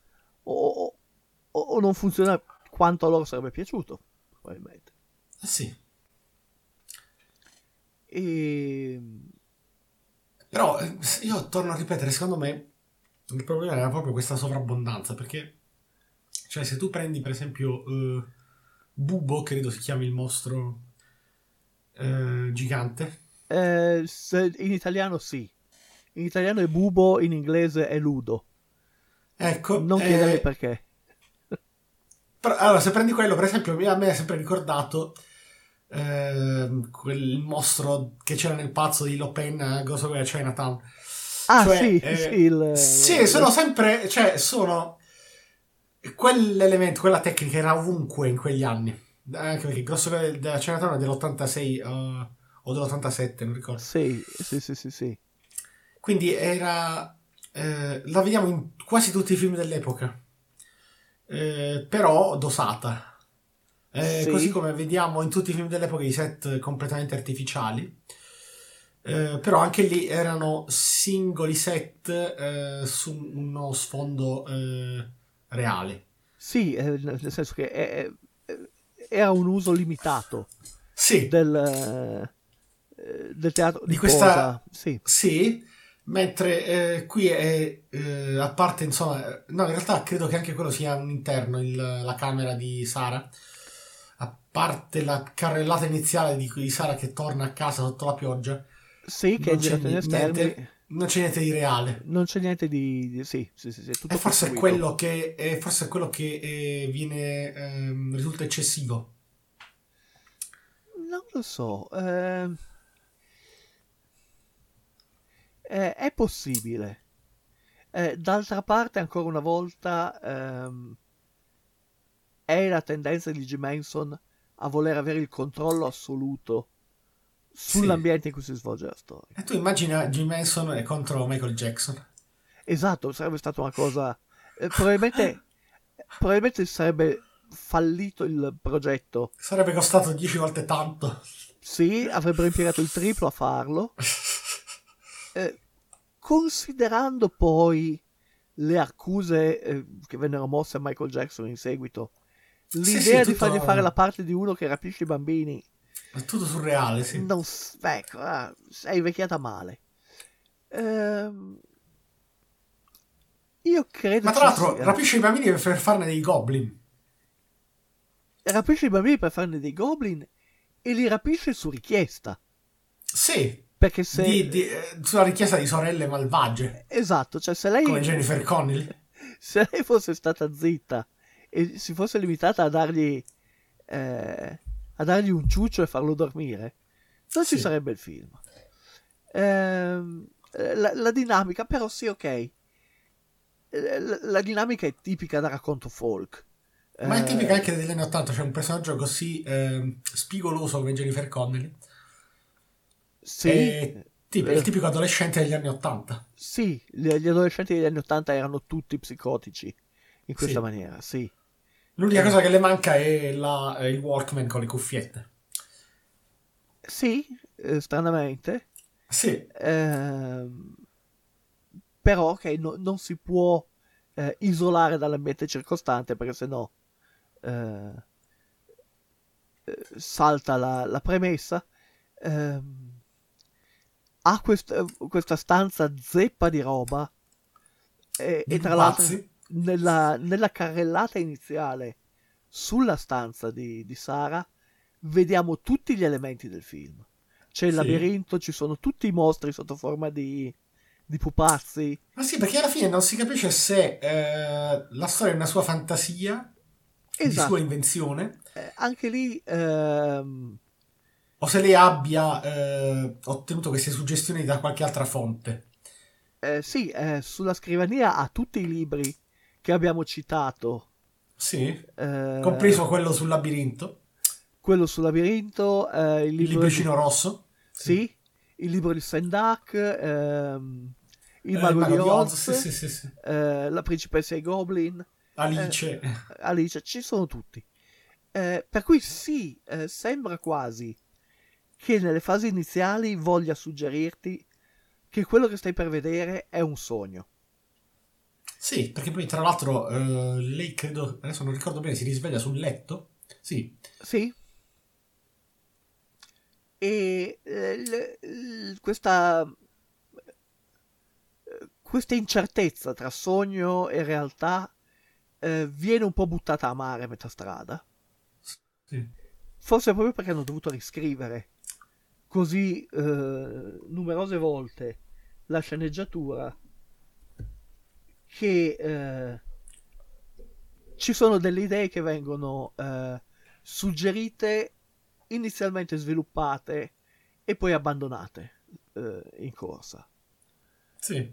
O non funziona quanto a loro sarebbe piaciuto, probabilmente. Sì. Però io torno a ripetere, secondo me il problema era proprio questa sovrabbondanza, perché cioè se tu prendi per esempio Bubo, credo si chiami il mostro gigante, in italiano sì, in italiano è Bubo, in inglese è Ludo, ecco, non chiedermi perché. Però, allora se prendi quello per esempio a me è sempre ricordato quel mostro che c'era nel pazzo di Le Pen, Ghost of Chinatown. Sì, sono sempre, cioè sono quell'elemento, quella tecnica era ovunque in quegli anni, anche perché il Ghost of Chinatown è dell'86 o dell'87, non ricordo. Sì. Quindi era la vediamo in quasi tutti i film dell'epoca, però dosata. Sì. Così come vediamo in tutti i film dell'epoca i set completamente artificiali, però anche lì erano singoli set su uno sfondo reale. Sì, nel senso che era un uso limitato del teatro di questa cosa. Sì, mentre qui è a parte, insomma, no, in realtà credo che anche quello sia un interno, la camera di Sara. A parte la carrellata iniziale di Sara che torna a casa sotto la pioggia, sì, che è girato negli esterni, non c'è niente di reale, non c'è niente di sì, tutto e forse è quello che viene risulta eccessivo. Non lo so, è possibile. D'altra parte, ancora una volta, è la tendenza di Jim Henson a voler avere il controllo assoluto sull'ambiente in cui si svolge la storia. E tu immagina Jim Henson contro Michael Jackson. Esatto, sarebbe stata una cosa... probabilmente sarebbe fallito il progetto. Sarebbe costato 10 volte tanto. Sì, avrebbero impiegato il triplo a farlo. Considerando poi le accuse che vennero mosse a Michael Jackson in seguito, l'idea di fargli fare la parte di uno che rapisce i bambini è tutto surreale, sì. Non, ecco, è invecchiata male. Io credo. Ma tra l'altro rapisce i bambini per farne dei goblin. Rapisce i bambini per farne dei goblin e li rapisce su richiesta. Sì. Perché se sulla richiesta di sorelle malvagie. Esatto, cioè se lei, come Jennifer Connelly, se lei fosse stata zitta e si fosse limitata a dargli un ciuccio e farlo dormire, non ci sarebbe il film. La dinamica, però sì, ok. La dinamica è tipica da racconto folk. Ma è tipica anche degli anni 80, c'è un personaggio così spigoloso come Jennifer Connelly. Sì. Il tipico adolescente degli anni 80. Sì, gli adolescenti degli anni 80 erano tutti psicotici in questa maniera, sì. L'unica cosa che le manca è il Walkman con le cuffiette. Sì, stranamente. Sì. Però ok, non si può isolare dall'ambiente circostante, perché sennò salta la premessa. Ha questa stanza zeppa di roba e tra l'altro nella carrellata iniziale sulla stanza di Sara vediamo tutti gli elementi del film. C'è il labirinto, ci sono tutti i mostri sotto forma di pupazzi. Ma sì, perché alla fine non si capisce se la storia è una sua fantasia, di sua invenzione, anche lì o se lei abbia ottenuto queste suggestioni da qualche altra fonte. Sì, sulla scrivania ha tutti i libri che abbiamo citato. Sì, compreso quello sul labirinto. Quello sul labirinto, il libricino rosso. Sì, il libro di Sendak, il mago di Oz, sì. La principessa e i Goblin, Alice, ci sono tutti. Per cui sì, sembra quasi che nelle fasi iniziali voglia suggerirti che quello che stai per vedere è un sogno. Sì, perché poi tra l'altro lei credo, adesso non ricordo bene, si risveglia sul letto. Sì. Sì. E questa incertezza tra sogno e realtà viene un po' buttata a mare a metà strada. Sì. Forse proprio perché hanno dovuto riscrivere così numerose volte la sceneggiatura che ci sono delle idee che vengono suggerite, inizialmente sviluppate e poi abbandonate in corsa. Sì.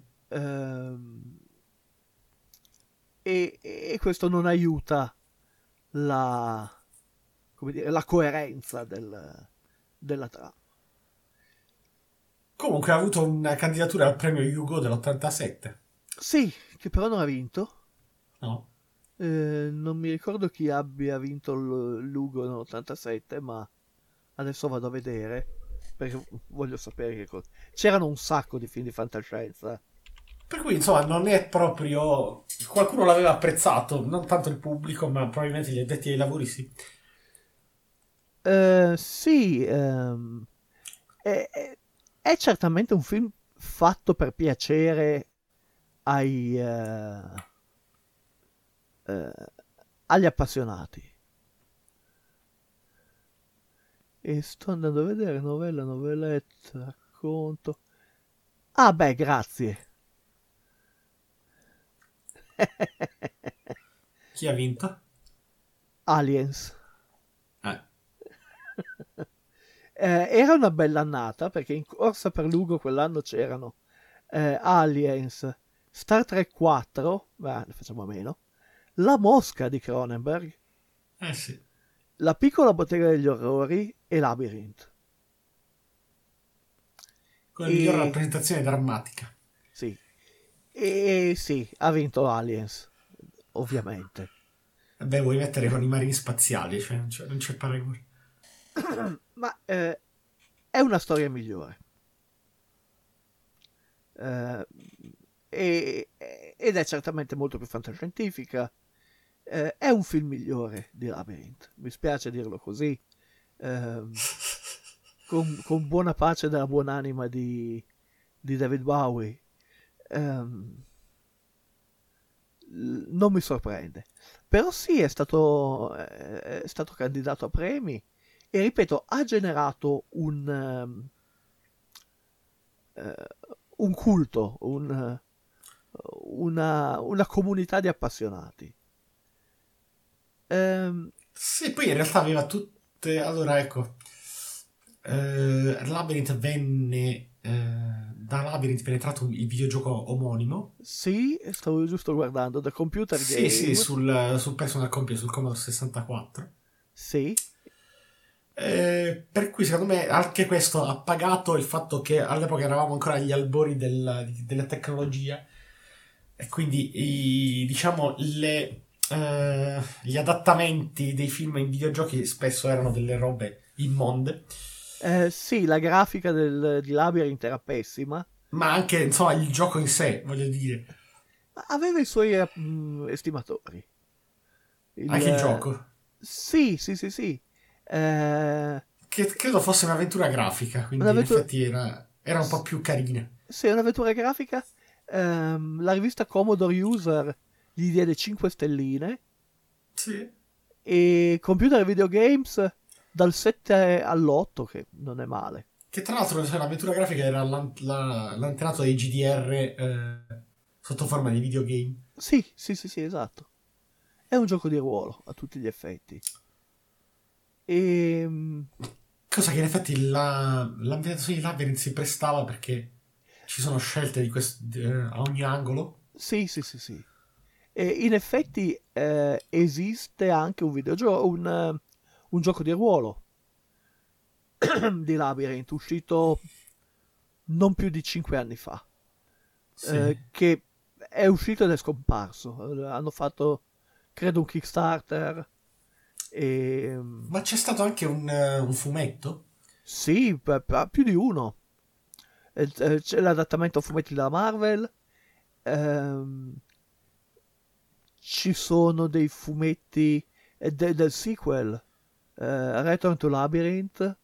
E questo non aiuta la coerenza della trama. Comunque ha avuto una candidatura al premio Hugo dell'87. Sì, che però non ha vinto. No? Non mi ricordo chi abbia vinto l'Ugo nell'87, ma adesso vado a vedere perché voglio sapere che cosa. C'erano un sacco di film di fantascienza. Per cui insomma non è proprio... Qualcuno l'aveva apprezzato, non tanto il pubblico, ma probabilmente gli addetti ai lavori sì. Sì, è certamente un film fatto per piacere agli appassionati. E sto andando a vedere novelletta, racconto. Ah beh, grazie. Chi ha vinto? Aliens. Era una bella annata perché in corsa per Lugo quell'anno c'erano Aliens, Star Trek 4, ne facciamo a meno, La Mosca di Cronenberg, Sì. La piccola bottega degli orrori e Labyrinth. Con la migliore rappresentazione drammatica. Sì. E sì, ha vinto Aliens, ovviamente. Beh, vuoi mettere con i marini spaziali, cioè non c'è paragone. Ma è una storia migliore. Ed è certamente molto più fantascientifica. È un film migliore di Labyrinth, mi spiace dirlo così, con buona pace della buonanima di David Bowie. Non mi sorprende, però sì, è stato candidato a premi e ripeto, ha generato un culto, una comunità di appassionati. Sì, poi in realtà aveva tutte... Allora, ecco, Labyrinth venne... da Labyrinth venne tratto il videogioco omonimo. Sì, stavo giusto guardando, The Computer Game. Sì, sul Personal Computer, sul Commodore 64. Sì. Per cui secondo me anche questo ha pagato il fatto che all'epoca eravamo ancora agli albori della tecnologia e quindi diciamo gli adattamenti dei film in videogiochi spesso erano delle robe immonde. Sì, la grafica di Labyrinth era pessima, ma anche insomma il gioco in sé, voglio dire, ma aveva i suoi estimatori. anche il gioco sì. che credo fosse un'avventura grafica, quindi in effetti era un po' più carina. Sì, un'avventura grafica. La rivista Commodore User gli diede 5 stelline. Sì. E Computer Video Games dal 7 all'8, che non è male. Che tra l'altro l'avventura grafica era l'antenato dei GDR sotto forma di videogame. Sì, esatto. È un gioco di ruolo a tutti gli effetti. Cosa che in effetti l'ambientazione di Labyrinth si prestava perché ci sono scelte a ogni angolo. Sì. E in effetti esiste anche un videogioco, un gioco di ruolo di Labyrinth uscito non più di 5 anni fa. Sì. Che è uscito ed è scomparso. Hanno fatto, credo, un Kickstarter. Ma c'è stato anche un fumetto? Sì, più di uno. C'è l'adattamento a fumetti della Marvel, ci sono dei fumetti del sequel, Return to Labyrinth,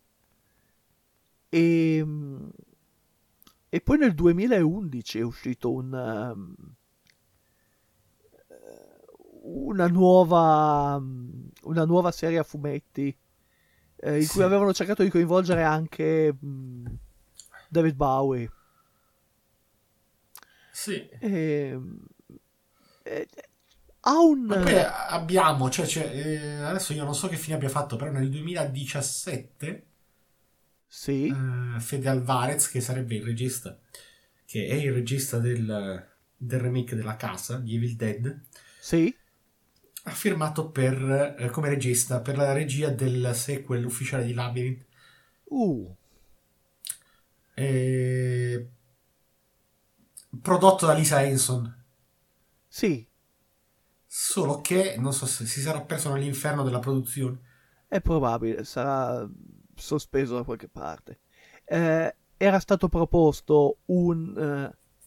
e poi nel 2011 è uscito una nuova serie a fumetti in cui avevano cercato di coinvolgere anche David Bowie. Sì. Ha un... Ma poi abbiamo, adesso io non so che fine abbia fatto, però nel 2017 Sì. Fede Alvarez, che sarebbe il regista, che è il regista del remake della casa di Evil Dead, Sì. ha firmato come regista per la regia del sequel ufficiale di Labyrinth. Prodotto da Lisa Henson. Sì. Solo che non so se si sarà perso nell'inferno della produzione. È probabile, sarà sospeso da qualche parte. Era stato proposto un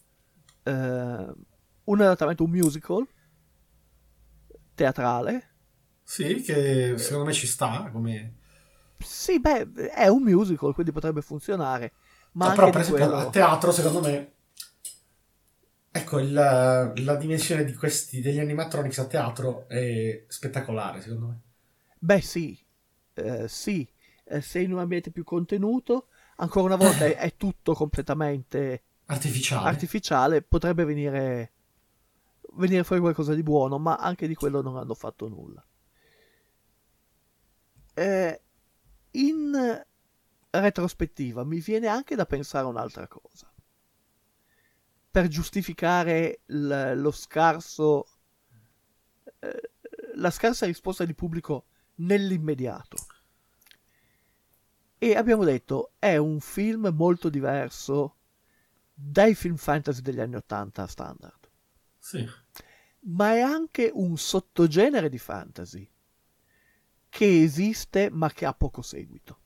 adattamento, un musical teatrale. Sì, che secondo me ci sta come... Sì, beh, è un musical, quindi potrebbe funzionare. Ma però anche per di esempio quello... a teatro, secondo me, ecco, la dimensione degli animatronics a teatro è spettacolare, secondo me. Beh, sì. Sì. Se in un ambiente più contenuto, ancora una volta è tutto completamente artificiale, potrebbe venire fuori qualcosa di buono, ma anche di quello non hanno fatto nulla. In retrospettiva mi viene anche da pensare un'altra cosa per giustificare la scarsa risposta di pubblico nell'immediato. E abbiamo detto, è un film molto diverso dai film fantasy degli anni 80 standard. Sì. Ma è anche un sottogenere di fantasy che esiste ma che ha poco seguito.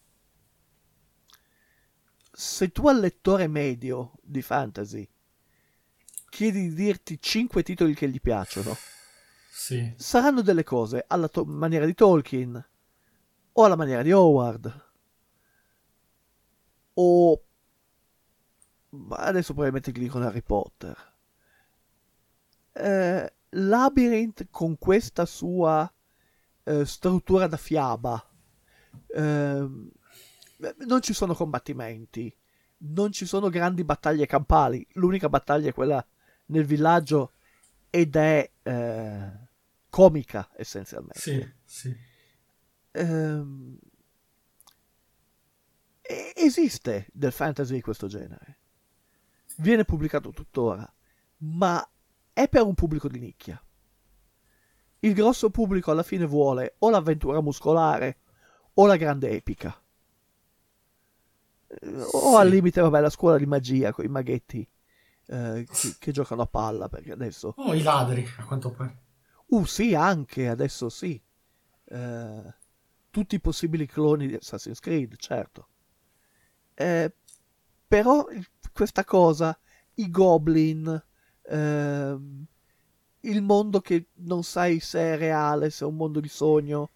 Se tu al lettore medio di fantasy chiedi di dirti 5 titoli che gli piacciono, Sì. saranno delle cose alla maniera di Tolkien o alla maniera di Howard o adesso probabilmente ti dicono Harry Potter. Labyrinth, con questa sua struttura da fiaba, non ci sono combattimenti, non ci sono grandi battaglie campali, l'unica battaglia è quella nel villaggio ed è comica essenzialmente. Sì, sì. Esiste del fantasy di questo genere, viene pubblicato tuttora, ma è per un pubblico di nicchia. Il grosso pubblico alla fine vuole o l'avventura muscolare o la grande epica, o al limite vabbè la scuola di magia con i maghetti che giocano a palla, perché adesso i ladri a quanto pare. sì, anche adesso sì, tutti i possibili cloni di Assassin's Creed, certo. Però questa cosa, i goblin, il mondo che non sai se è reale, se è un mondo di sogno,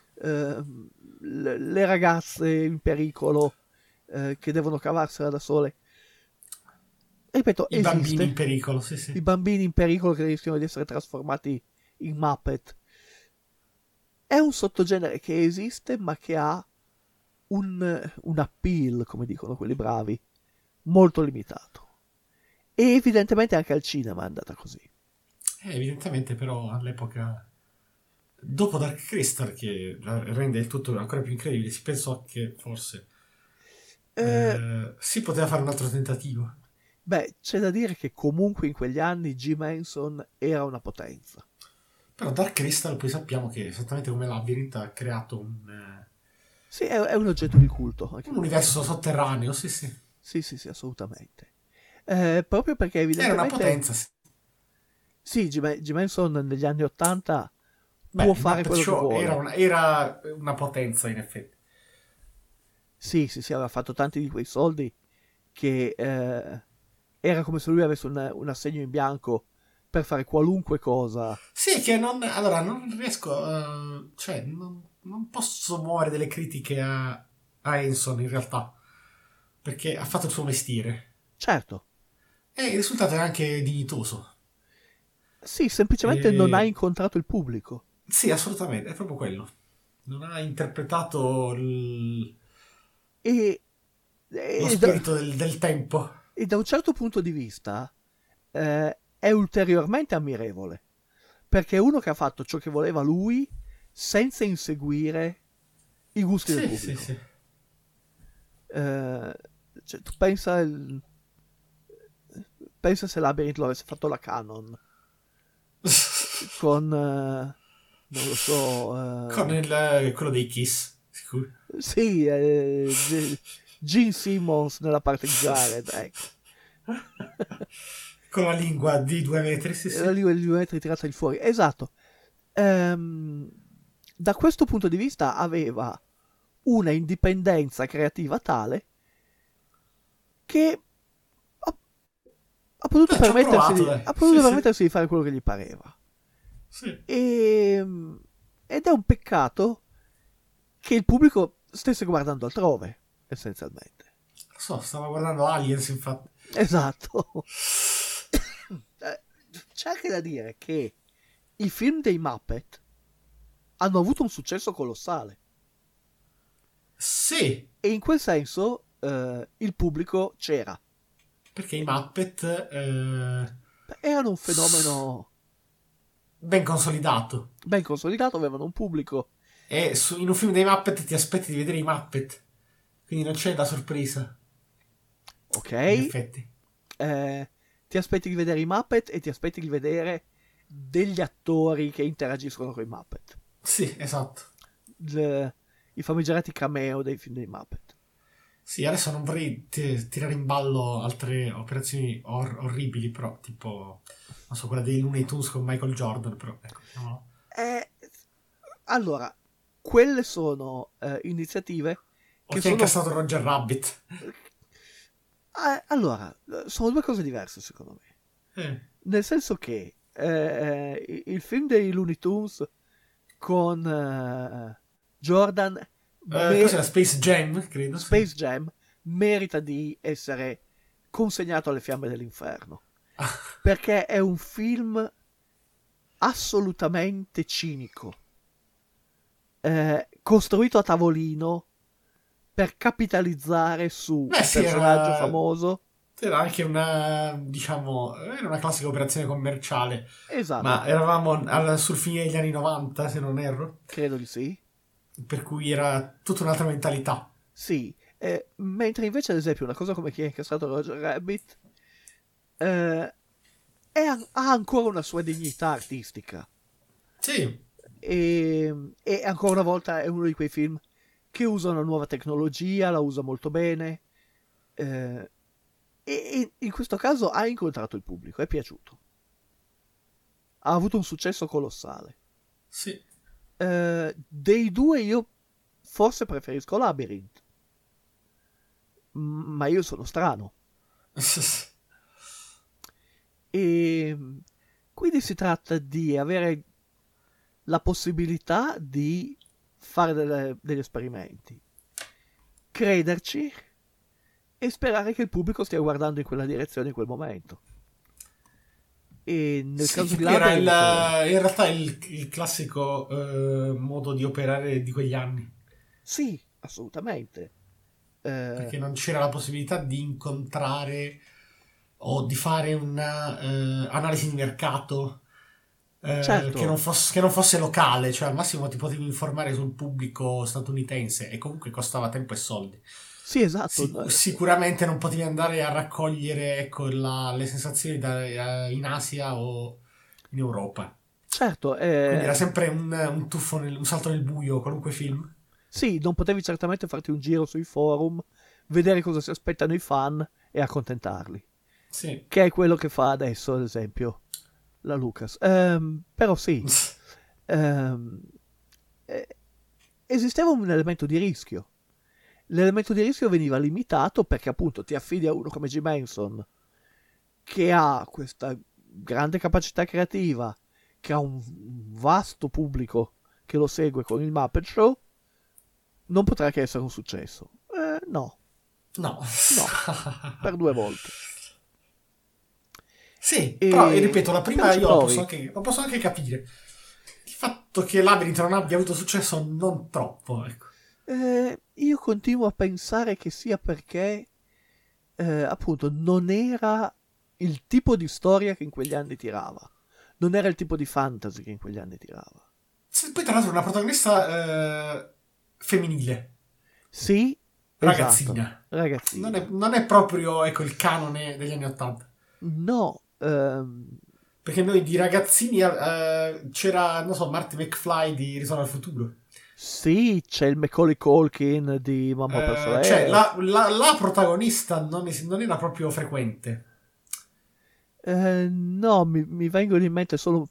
le ragazze in pericolo che devono cavarsela da sole. Ripeto, I bambini in pericolo, sì, sì. I bambini in pericolo che rischiano di essere trasformati in Muppet. È un sottogenere che esiste, ma che ha un appeal, come dicono quelli bravi, molto limitato. E evidentemente anche al cinema è andata così. Evidentemente, però, all'epoca, dopo Dark Crystal, che rende il tutto ancora più incredibile, si pensò che forse si poteva fare un altro tentativo. Beh, c'è da dire che comunque in quegli anni Jim Henson era una potenza. Però Dark Crystal poi sappiamo che, esattamente come Labyrinth, ha creato un... Sì, è un oggetto di culto. Anche un universo sotterraneo, sì, sì. Sì, assolutamente. Proprio perché evidentemente... Era una potenza, sì. Sì, Jim Henson negli anni 80 può fare quello che vuole. Era una potenza, in effetti. Sì, aveva fatto tanti di quei soldi che era come se lui avesse un assegno in bianco per fare qualunque cosa. Sì, che non riesco, cioè non posso muovere delle critiche a Henson in realtà, perché ha fatto il suo mestiere Certo. e il risultato è anche dignitoso. Sì, semplicemente non ha incontrato il pubblico. Sì, assolutamente, è proprio quello. Non ha interpretato lo spirito del tempo. E da un certo punto di vista è ulteriormente ammirevole, perché è uno che ha fatto ciò che voleva lui senza inseguire i gusti del pubblico. Sì. Cioè, tu pensa se Labyrinth lo avesse fatto la Canon con non lo so, con quello dei Kiss, sicuro. Sì, Gene Simmons nella parte di Jared, ecco. Con la lingua di 2 metri, sì. La lingua di 2 metri tirata di fuori, esatto. Da questo punto di vista aveva una indipendenza creativa tale che ha potuto permettersi di fare quello che gli pareva. Sì. Ed è un peccato che il pubblico stesse guardando altrove, essenzialmente. Lo so, stava guardando Aliens, infatti. Esatto. C'è anche da dire che i film dei Muppet hanno avuto un successo colossale. Sì. E in quel senso il pubblico c'era. Perché i Muppet erano un fenomeno ben consolidato, avevano un pubblico. E in un film dei Muppet ti aspetti di vedere i Muppet, quindi non c'è da sorpresa. Ok. In effetti. Ti aspetti di vedere i Muppet e ti aspetti di vedere degli attori che interagiscono con i Muppet. Sì, esatto. I famigerati cameo dei film dei Muppet. Sì, adesso non vorrei tirare in ballo altre operazioni orribili, però tipo, non so, quella dei Looney Tunes con Michael Jordan, però ecco, no. Allora, quelle sono iniziative che sono incassato Roger Rabbit. Allora, sono due cose diverse secondo me. Nel senso che il film dei Looney Tunes con Jordan, cos'era? Space Jam, credo. Space Jam merita di essere consegnato alle fiamme dell'inferno. Perché è un film assolutamente cinico, costruito a tavolino per capitalizzare su un personaggio famoso. Era anche una, diciamo, era una classica operazione commerciale. Esatto. Ma eravamo sul fine degli anni 90, se non erro. Credo di sì. Per cui era tutta un'altra mentalità. Sì, mentre invece ad esempio una cosa come Chi ha incassato Roger Rabbit ha ancora una sua dignità artistica. Sì. E ancora una volta è uno di quei film che usa una nuova tecnologia, la usa molto bene, e in questo caso ha incontrato il pubblico, è piaciuto, ha avuto un successo colossale. Sì. Dei due io forse preferisco Labyrinth, ma io sono strano. E quindi si tratta di avere la possibilità di fare degli esperimenti, crederci e sperare che il pubblico stia guardando in quella direzione in quel momento. E nel caso di Labyrinth in realtà il classico modo di operare di quegli anni. Sì, assolutamente. Perché non c'era la possibilità di incontrare o di fare una analisi di mercato certo. che non fosse locale, cioè al massimo ti potevi informare sul pubblico statunitense e comunque costava tempo e soldi. Sì, esatto. Sicuramente non potevi andare a raccogliere, ecco, le sensazioni in Asia o in Europa. Certo. Quindi era sempre un tuffo, un salto nel buio, qualunque film. Sì, non potevi certamente farti un giro sui forum, vedere cosa si aspettano i fan e accontentarli. Sì. Che è quello che fa adesso, ad esempio, la Lucas. Però sì. Esisteva un elemento di rischio. l'elemento di rischio veniva limitato perché appunto ti affidi a uno come Jim Henson, che ha questa grande capacità creativa, che ha un vasto pubblico che lo segue con il Muppet Show, non potrà che essere un successo. No, per 2 volte. Sì, però ripeto, la prima io lo posso anche capire. Il fatto che Labyrinth non abbia avuto successo non troppo, ecco. Io continuo a pensare che sia perché appunto non era il tipo di storia che in quegli anni tirava, non era il tipo di fantasy che in quegli anni tirava. Sì, poi tra l'altro una protagonista femminile. Sì, ragazzina. Esatto, ragazzina. Non è proprio, ecco, il canone degli anni '80. No, perché noi di ragazzini c'era, non so, Marty McFly di Ritorno al futuro. Sì, c'è il Macaulay Culkin di Mamma Perso Aereo. Cioè la protagonista non era proprio frequente. No, mi vengono in mente solo...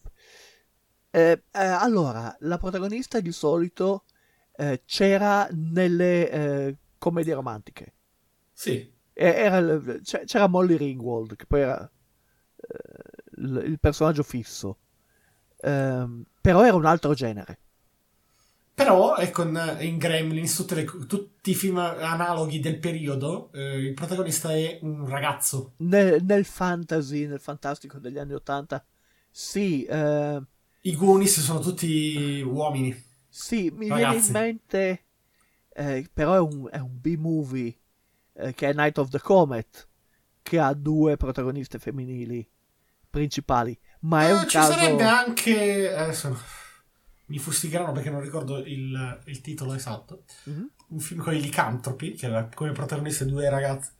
allora, la protagonista di solito c'era nelle commedie romantiche. Sì. C'era Molly Ringwald, che poi era il personaggio fisso. Però era un altro genere. Però, ecco, in Gremlins, tutti i film analoghi del periodo, il protagonista è un ragazzo. Nel fantasy, nel fantastico degli anni '80, sì. I Goonies sono tutti uomini. Sì, mi ragazzi. viene in mente, però è un B-movie, che è Night of the Comet, che ha 2 protagoniste femminili principali. Ma è un ci caso... sarebbe anche... adesso mi fustigheranno perché non ricordo il titolo esatto. Mm-hmm. Un film con i Licantropi, che aveva come protagoniste 2 ragazze.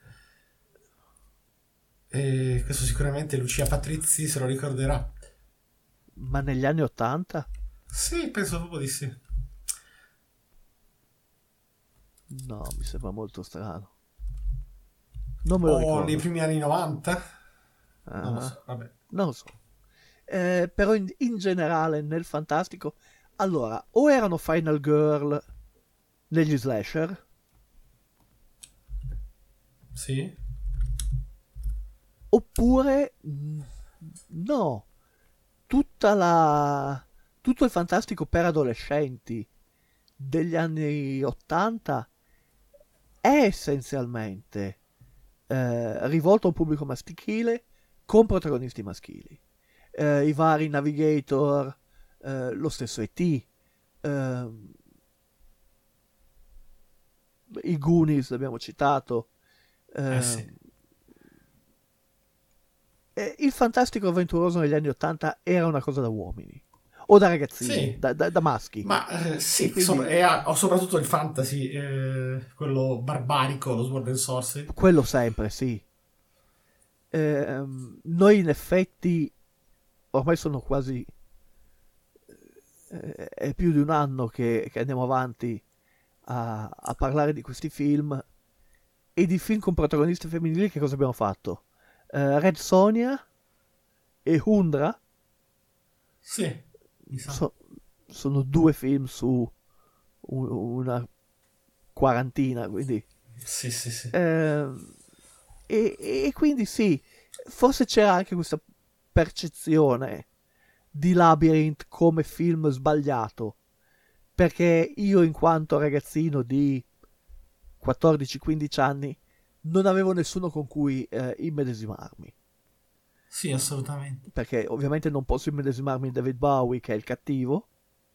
E questo sicuramente Lucia Patrizi se lo ricorderà. Ma negli anni '80? Sì, penso proprio di sì. No, mi sembra molto strano. Non me lo ricordo. Nei primi anni '90? Ah, Non lo so, vabbè. non lo so. Però in generale nel fantastico, allora, o erano Final Girl negli slasher, Sì. oppure no, tutto il fantastico per adolescenti degli anni '80 è essenzialmente rivolto a un pubblico maschile con protagonisti maschili. I vari Navigator, lo stesso E.T., i Goonies abbiamo citato, Sì. il fantastico avventuroso negli anni '80 era una cosa da uomini o da ragazzini, Sì. da maschi. Ma sì, Quindi- ho soprattutto il fantasy, quello barbarico, lo Sword and Sorcery. Quello sempre, sì. Noi in effetti ormai sono quasi è più di un anno che andiamo avanti a parlare di questi film e di film con protagoniste femminili. Che cosa abbiamo fatto? Red Sonja e Hundra Sì, mi sa. sono 2 film su una quarantina, quindi Sì. e quindi sì, forse c'era anche questa percezione di Labyrinth come film sbagliato, perché io in quanto ragazzino di 14-15 anni non avevo nessuno con cui immedesimarmi, Sì, assolutamente. perché ovviamente non posso immedesimarmi in David Bowie, che è il cattivo,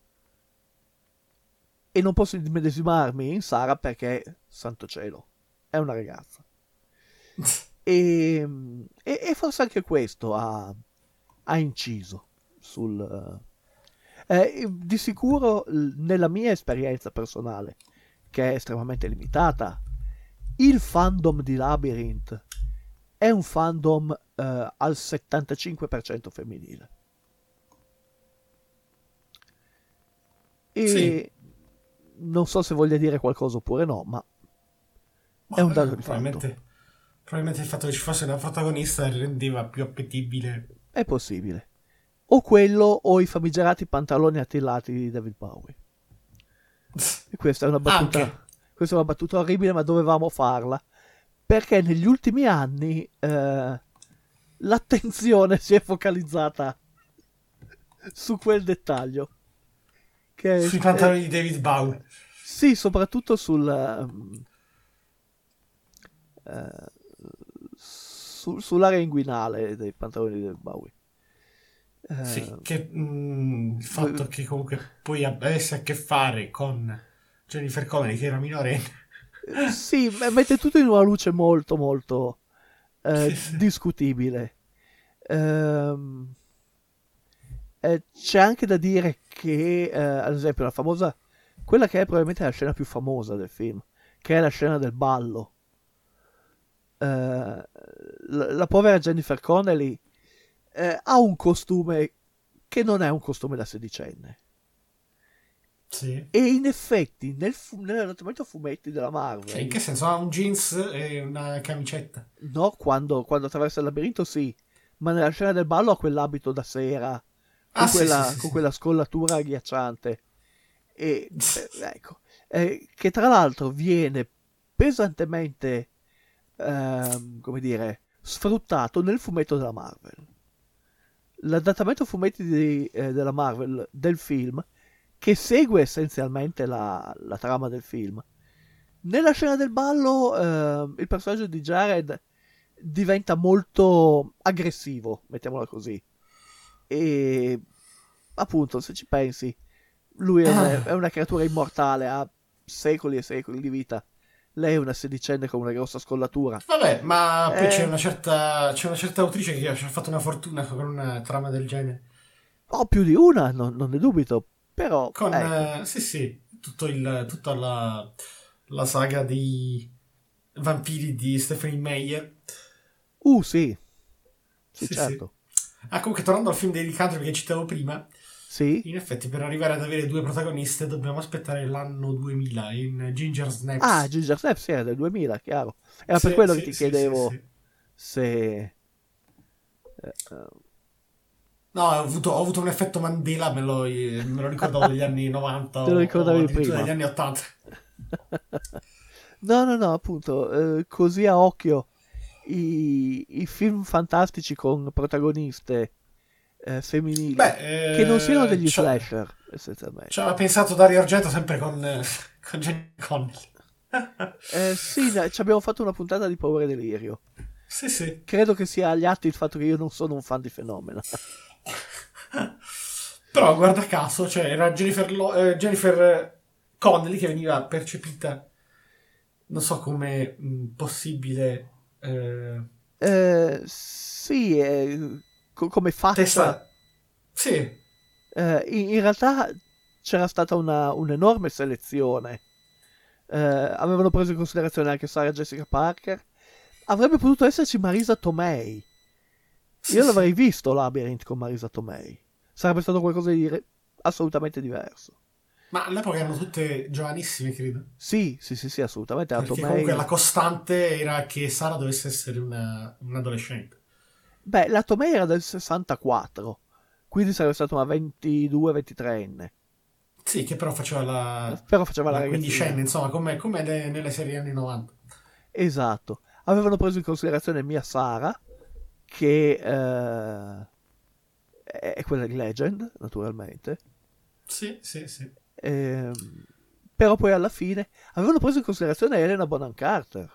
e non posso immedesimarmi in Sara perché, santo cielo, è una ragazza. E forse anche questo ha inciso sul... di sicuro nella mia esperienza personale, che è estremamente limitata, il fandom di Labyrinth è un fandom al 75% femminile. E Sì. non so se voglia dire qualcosa oppure no, ma è un dato di fatto. Probabilmente il fatto che ci fosse una protagonista rendeva più appetibile. È possibile. O quello o i famigerati pantaloni attillati di David Bowie. E questa è una battuta, Anche. questa è una battuta orribile, ma dovevamo farla, perché negli ultimi anni l'attenzione si è focalizzata su quel dettaglio. Sui pantaloni di David Bowie. Sì, soprattutto sull'area inguinale dei pantaloni di Bowie. Sì, che il fatto che comunque poi avesse a che fare con Jennifer Connelly, che era minorenne. Sì, mette tutto in una luce molto molto Sì. discutibile. C'è anche da dire che ad esempio la famosa, quella che è probabilmente la scena più famosa del film, che è la scena del ballo, la povera Jennifer Connelly ha un costume che non è un costume da sedicenne. Sì. E in effetti nell'adattamento a fumetti della Marvel, Cioè, in che senso? Ha un jeans e una camicetta? no, quando attraversa il labirinto sì, ma nella scena del ballo ha quell'abito da sera con, con quella scollatura agghiacciante e ecco, che tra l'altro viene pesantemente come dire, sfruttato nel fumetto della Marvel. L'adattamento a fumetti della Marvel del film, che segue essenzialmente la trama del film, nella scena del ballo il personaggio di Jared diventa molto aggressivo, mettiamola così, e appunto, se ci pensi, lui è una creatura immortale, ha secoli e secoli di vita, lei è una sedicenne con una grossa scollatura. Vabbè, ma poi c'è una certa autrice che ci ha fatto una fortuna con una trama del genere. Più di una, non ne dubito, però Con ecco. sì, tutta la saga dei vampiri di Stephanie Meyer. Sì, certo. Ah, comunque, tornando al film dei Lycantropi che citavo prima, Sì. in effetti per arrivare ad avere 2 protagoniste dobbiamo aspettare l'anno 2000 in Ginger Snaps. Ah, Ginger Snaps sì, era del 2000, chiaro. Era per quello che ti chiedevo se... No, ho avuto un effetto Mandela, me lo ricordavo degli anni 90 Te lo ricordavi addirittura prima. degli anni 80. No, appunto, così a occhio i film fantastici con protagoniste femminili che non siano degli slasher, essenzialmente. Ci aveva pensato Dario Argento sempre con Jenny Connelly. Sì, ci abbiamo fatto una puntata di Paura e Delirio. Sì. Credo che sia agli atti il fatto che io non sono un fan di Fenomena. Però guarda caso, cioè era Jennifer Connelly che veniva percepita, non so come possibile, sì, come faccia. testa. Sì. In realtà c'era stata un'enorme selezione. Avevano preso in considerazione anche Sarah Jessica Parker. Avrebbe potuto esserci Marisa Tomei. Io l'avrei visto Labyrinth con Marisa Tomei. Sarebbe stato qualcosa di assolutamente diverso. Ma all'epoca erano tutte giovanissime, credo. Sì, assolutamente. Perché Tomei... comunque la costante era che Sara dovesse essere un adolescente. Beh, la Tomei era del 64, quindi sarebbe stata una 22-23enne. Sì, che però faceva la ragazzina. quindicenne, insomma, come nelle serie anni 90. Esatto. Avevano preso in considerazione Mia Sara, che è quella di Legend, naturalmente. Sì. Però poi alla fine avevano preso in considerazione Helena Bonham Carter.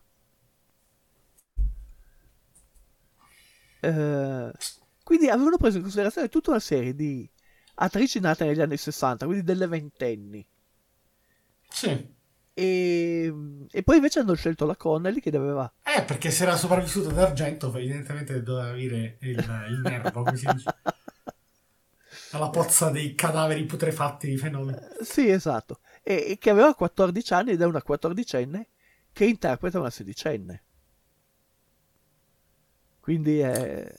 Quindi avevano preso in considerazione tutta una serie di attrici nate negli anni 60, quindi delle ventenni. Sì. E poi invece hanno scelto la Connelly che doveva... Perché se era sopravvissuta da Argento, evidentemente doveva avere il nervo, come si dice. Alla pozza dei cadaveri putrefatti di Fenomeno. Sì, esatto. E che aveva 14 anni ed è una 14enne che interpreta una sedicenne. Quindi è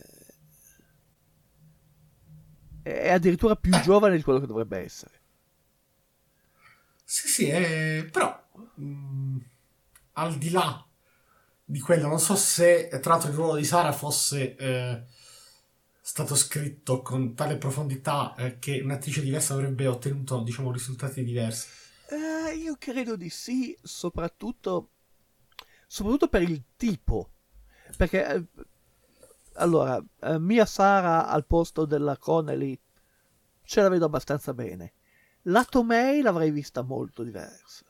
addirittura più giovane di quello che dovrebbe essere. Sì, però al di là di quello, non so se tra l'altro il ruolo di Sara fosse stato scritto con tale profondità che un'attrice diversa avrebbe ottenuto, diciamo, risultati diversi. Io credo di sì, soprattutto per il tipo. Perché, allora, Mia Sara al posto della Connelly ce la vedo abbastanza bene. La Tomei l'avrei vista molto diversa.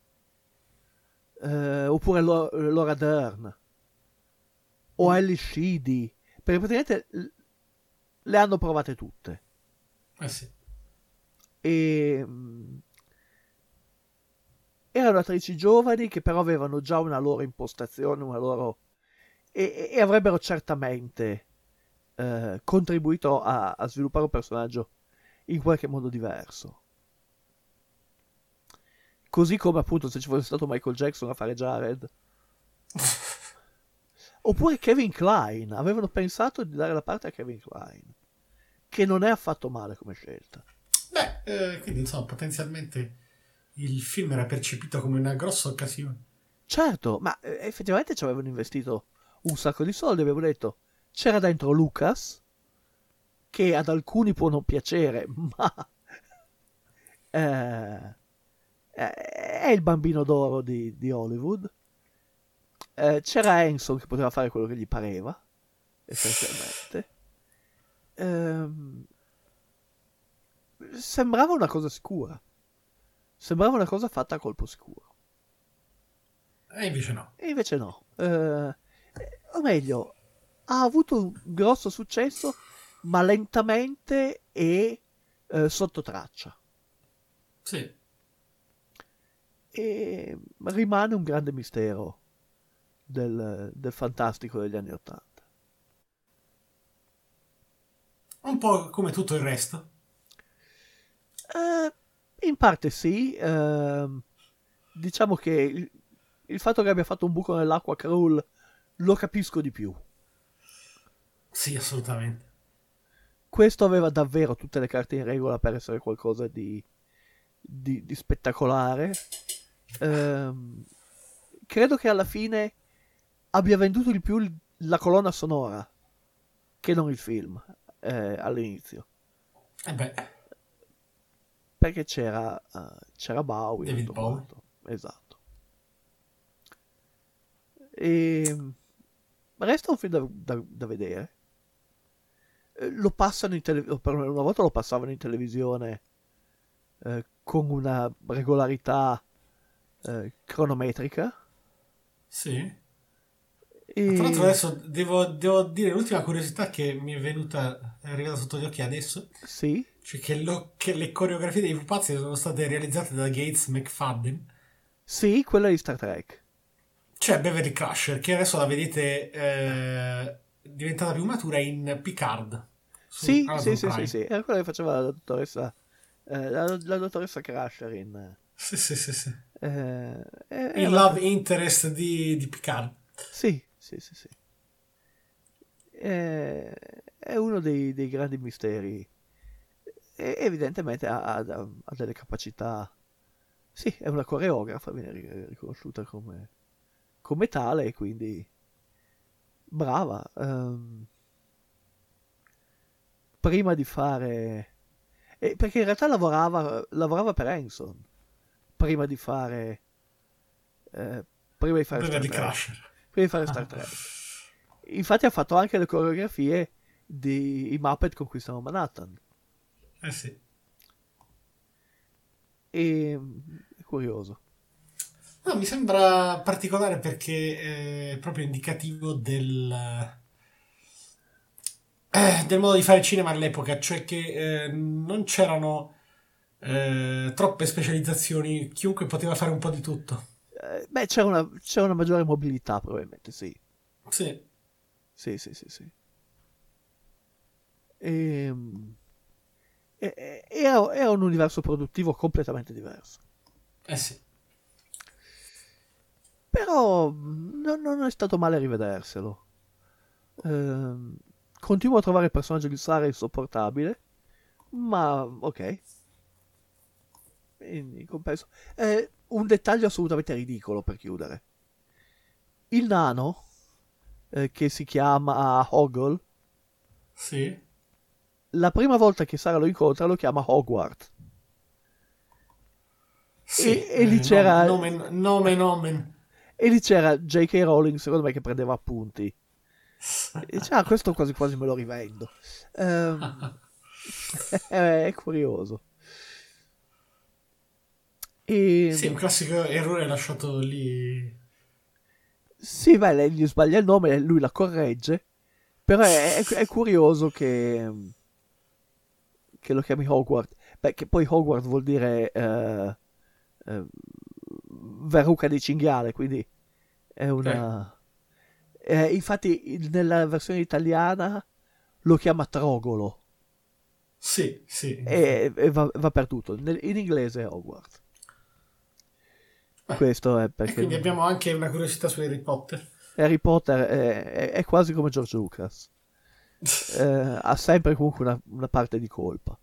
Oppure Laura Dern. O Ellie Sheedy. Perché praticamente le hanno provate tutte. Sì. E erano attrici giovani che però avevano già una loro impostazione, una loro e avrebbero certamente contribuito a sviluppare un personaggio in qualche modo diverso. Così come appunto se ci fosse stato Michael Jackson a fare Jared. Oppure Kevin Kline. Avevano pensato di dare la parte a Kevin Kline, che non è affatto male come scelta. Quindi insomma potenzialmente il film era percepito come una grossa occasione. Certo, ma effettivamente ci avevano investito un sacco di soldi. Avevo detto, c'era dentro Lucas, che ad alcuni può non piacere, ma è il bambino d'oro di Hollywood. C'era Henson che poteva fare quello che gli pareva, essenzialmente. Sembrava una cosa sicura. Sembrava una cosa fatta a colpo sicuro. E invece no. O meglio, ha avuto un grosso successo, ma lentamente e sotto traccia. Sì. E rimane un grande mistero del fantastico degli anni '80. Un po' come tutto il resto. In parte sì. Diciamo che il fatto che abbia fatto un buco nell'acqua Krull lo capisco di più. Sì, assolutamente. Questo aveva davvero tutte le carte in regola per essere qualcosa di spettacolare. Credo che alla fine abbia venduto di più la colonna sonora che non il film all'inizio. Perché c'era Bowie. David Bowie. Esatto. E resta un film da vedere. Lo passano in televisione, per una volta lo passavano in televisione con una regolarità cronometrica. Sì. E... Tra l'altro adesso devo dire l'ultima curiosità che mi è arrivata sotto gli occhi adesso. Sì. Cioè che le coreografie dei pupazzi sono state realizzate da Gates McFadden. Sì, quella di Star Trek. C'è Beverly Crusher, che adesso la vedete diventata più matura in Picard. Sì. Era quella che faceva la dottoressa la dottoressa Crusher in... Sì. il love interest di Picard. Sì. È uno dei grandi misteri. E evidentemente ha delle capacità. Sì, è una coreografa, viene riconosciuta come tale, e quindi brava. Prima di fare... perché in realtà lavorava per Henson prima di fare Beverly Crusher. Prima di fare Star Trek. Infatti ha fatto anche le coreografie di i Muppet Conquistano Manhattan. Sì. E è curioso. No, mi sembra particolare perché è proprio indicativo del modo di fare cinema all'epoca, cioè che non c'erano troppe specializzazioni, chiunque poteva fare un po' di tutto. C'era una maggiore mobilità, probabilmente, sì. Sì. Era un universo produttivo completamente diverso. Sì. Però non è stato male rivederselo. Continuo a trovare il personaggio di Sara insopportabile, ma ok. In compenso, un dettaglio assolutamente ridicolo per chiudere. Il nano, che si chiama Hoggle, sì. La prima volta che Sara lo incontra lo chiama Hogwarts. Sì, e lì c'era Nomen. e lì c'era J.K. Rowling, secondo me, che prendeva appunti. E dice, questo quasi quasi me lo rivendo. È curioso. E... Sì, un classico errore lasciato lì. Sì, beh, lei gli sbaglia il nome, lui la corregge, però è curioso che lo chiami Hogwarts. Beh, che poi Hogwarts vuol dire verruca di cinghiale, quindi è una... infatti nella versione italiana lo chiama Trogolo. Sì. E va per tutto. In inglese è Hogwarts. Questo è perché... E quindi abbiamo anche una curiosità su Harry Potter. Harry Potter è quasi come George Lucas. Ha sempre comunque una parte di colpa.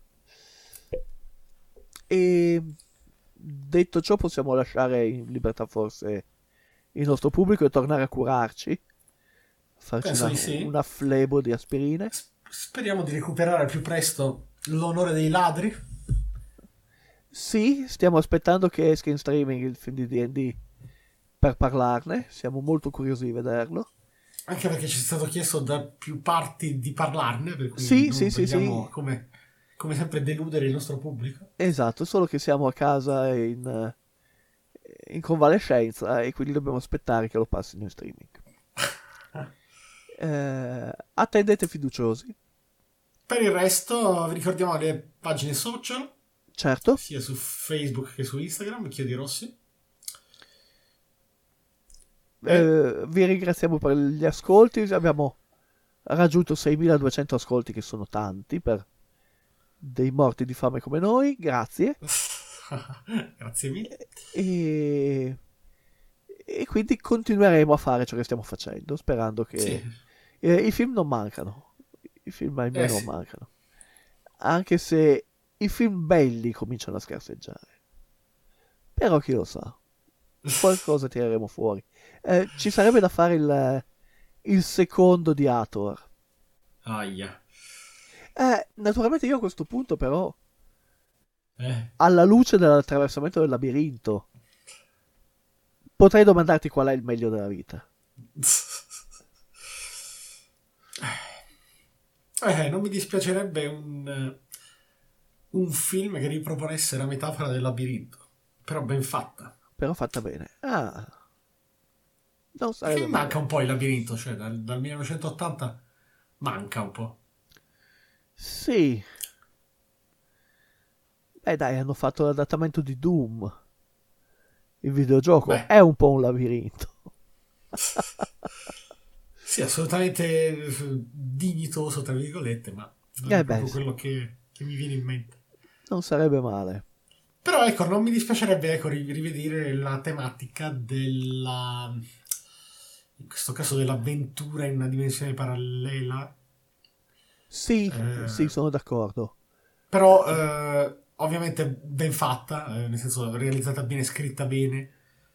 E detto ciò possiamo lasciare in libertà forse il nostro pubblico e tornare a curarci, farci una flebo di aspirine. Speriamo di recuperare al più presto l'onore dei ladri. Sì, stiamo aspettando che esca in streaming il film di D&D per parlarne, siamo molto curiosi di vederlo. Anche perché ci è stato chiesto da più parti di parlarne, per cui sì. Come sempre deludere il nostro pubblico. Esatto, solo che siamo a casa in convalescenza e quindi dobbiamo aspettare che lo passino in streaming. Attendete fiduciosi. Per il resto vi ricordiamo le pagine social, certo, sia su Facebook che su Instagram, Chiodi Rossi. Vi ringraziamo per gli ascolti, abbiamo raggiunto 6.200 ascolti, che sono tanti per dei morti di fame come noi, grazie. Grazie mille. E quindi continueremo a fare ciò che stiamo facendo, sperando che i film non mancano. I film ahimè non mancano. Anche se i film belli cominciano a scarseggiare. Però chi lo sa. Qualcosa tireremo fuori. Ci sarebbe da fare il secondo di Hathor. Aia. Naturalmente io a questo punto però alla luce dell'attraversamento del labirinto potrei domandarti qual è il meglio della vita. Non mi dispiacerebbe un film che riproponesse la metafora del labirinto, però ben fatta. Però fatta bene. Non sarebbe manca un po' il labirinto, cioè dal 1980 manca un po'. Sì. Beh dai, hanno fatto l'adattamento di Doom. Il videogioco è un po' un labirinto. Sì, assolutamente dignitoso, tra virgolette, ma non è proprio quello che mi viene in mente. Non sarebbe male. Però ecco, non mi dispiacerebbe rivedere la tematica in questo caso dell'avventura in una dimensione parallela. Sì, sono d'accordo. Però ovviamente ben fatta, nel senso realizzata bene, scritta bene.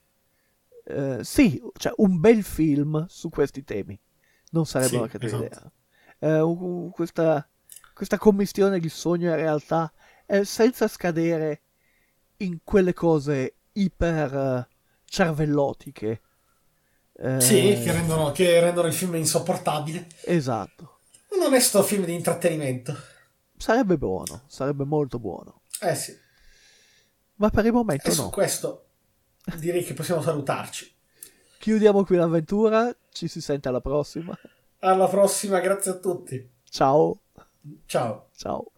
Sì, cioè un bel film su questi temi. Non sarebbe una cattiva idea. Questa commistione di sogno e realtà, senza scadere in quelle cose iper cervellotiche. Che rendono il film insopportabile. Esatto. Un onesto film di intrattenimento. Sarebbe buono, sarebbe molto buono. Sì. Ma per il momento su questo direi che possiamo salutarci. Chiudiamo qui l'avventura, ci si sente alla prossima. Alla prossima, grazie a tutti. Ciao. Ciao. Ciao.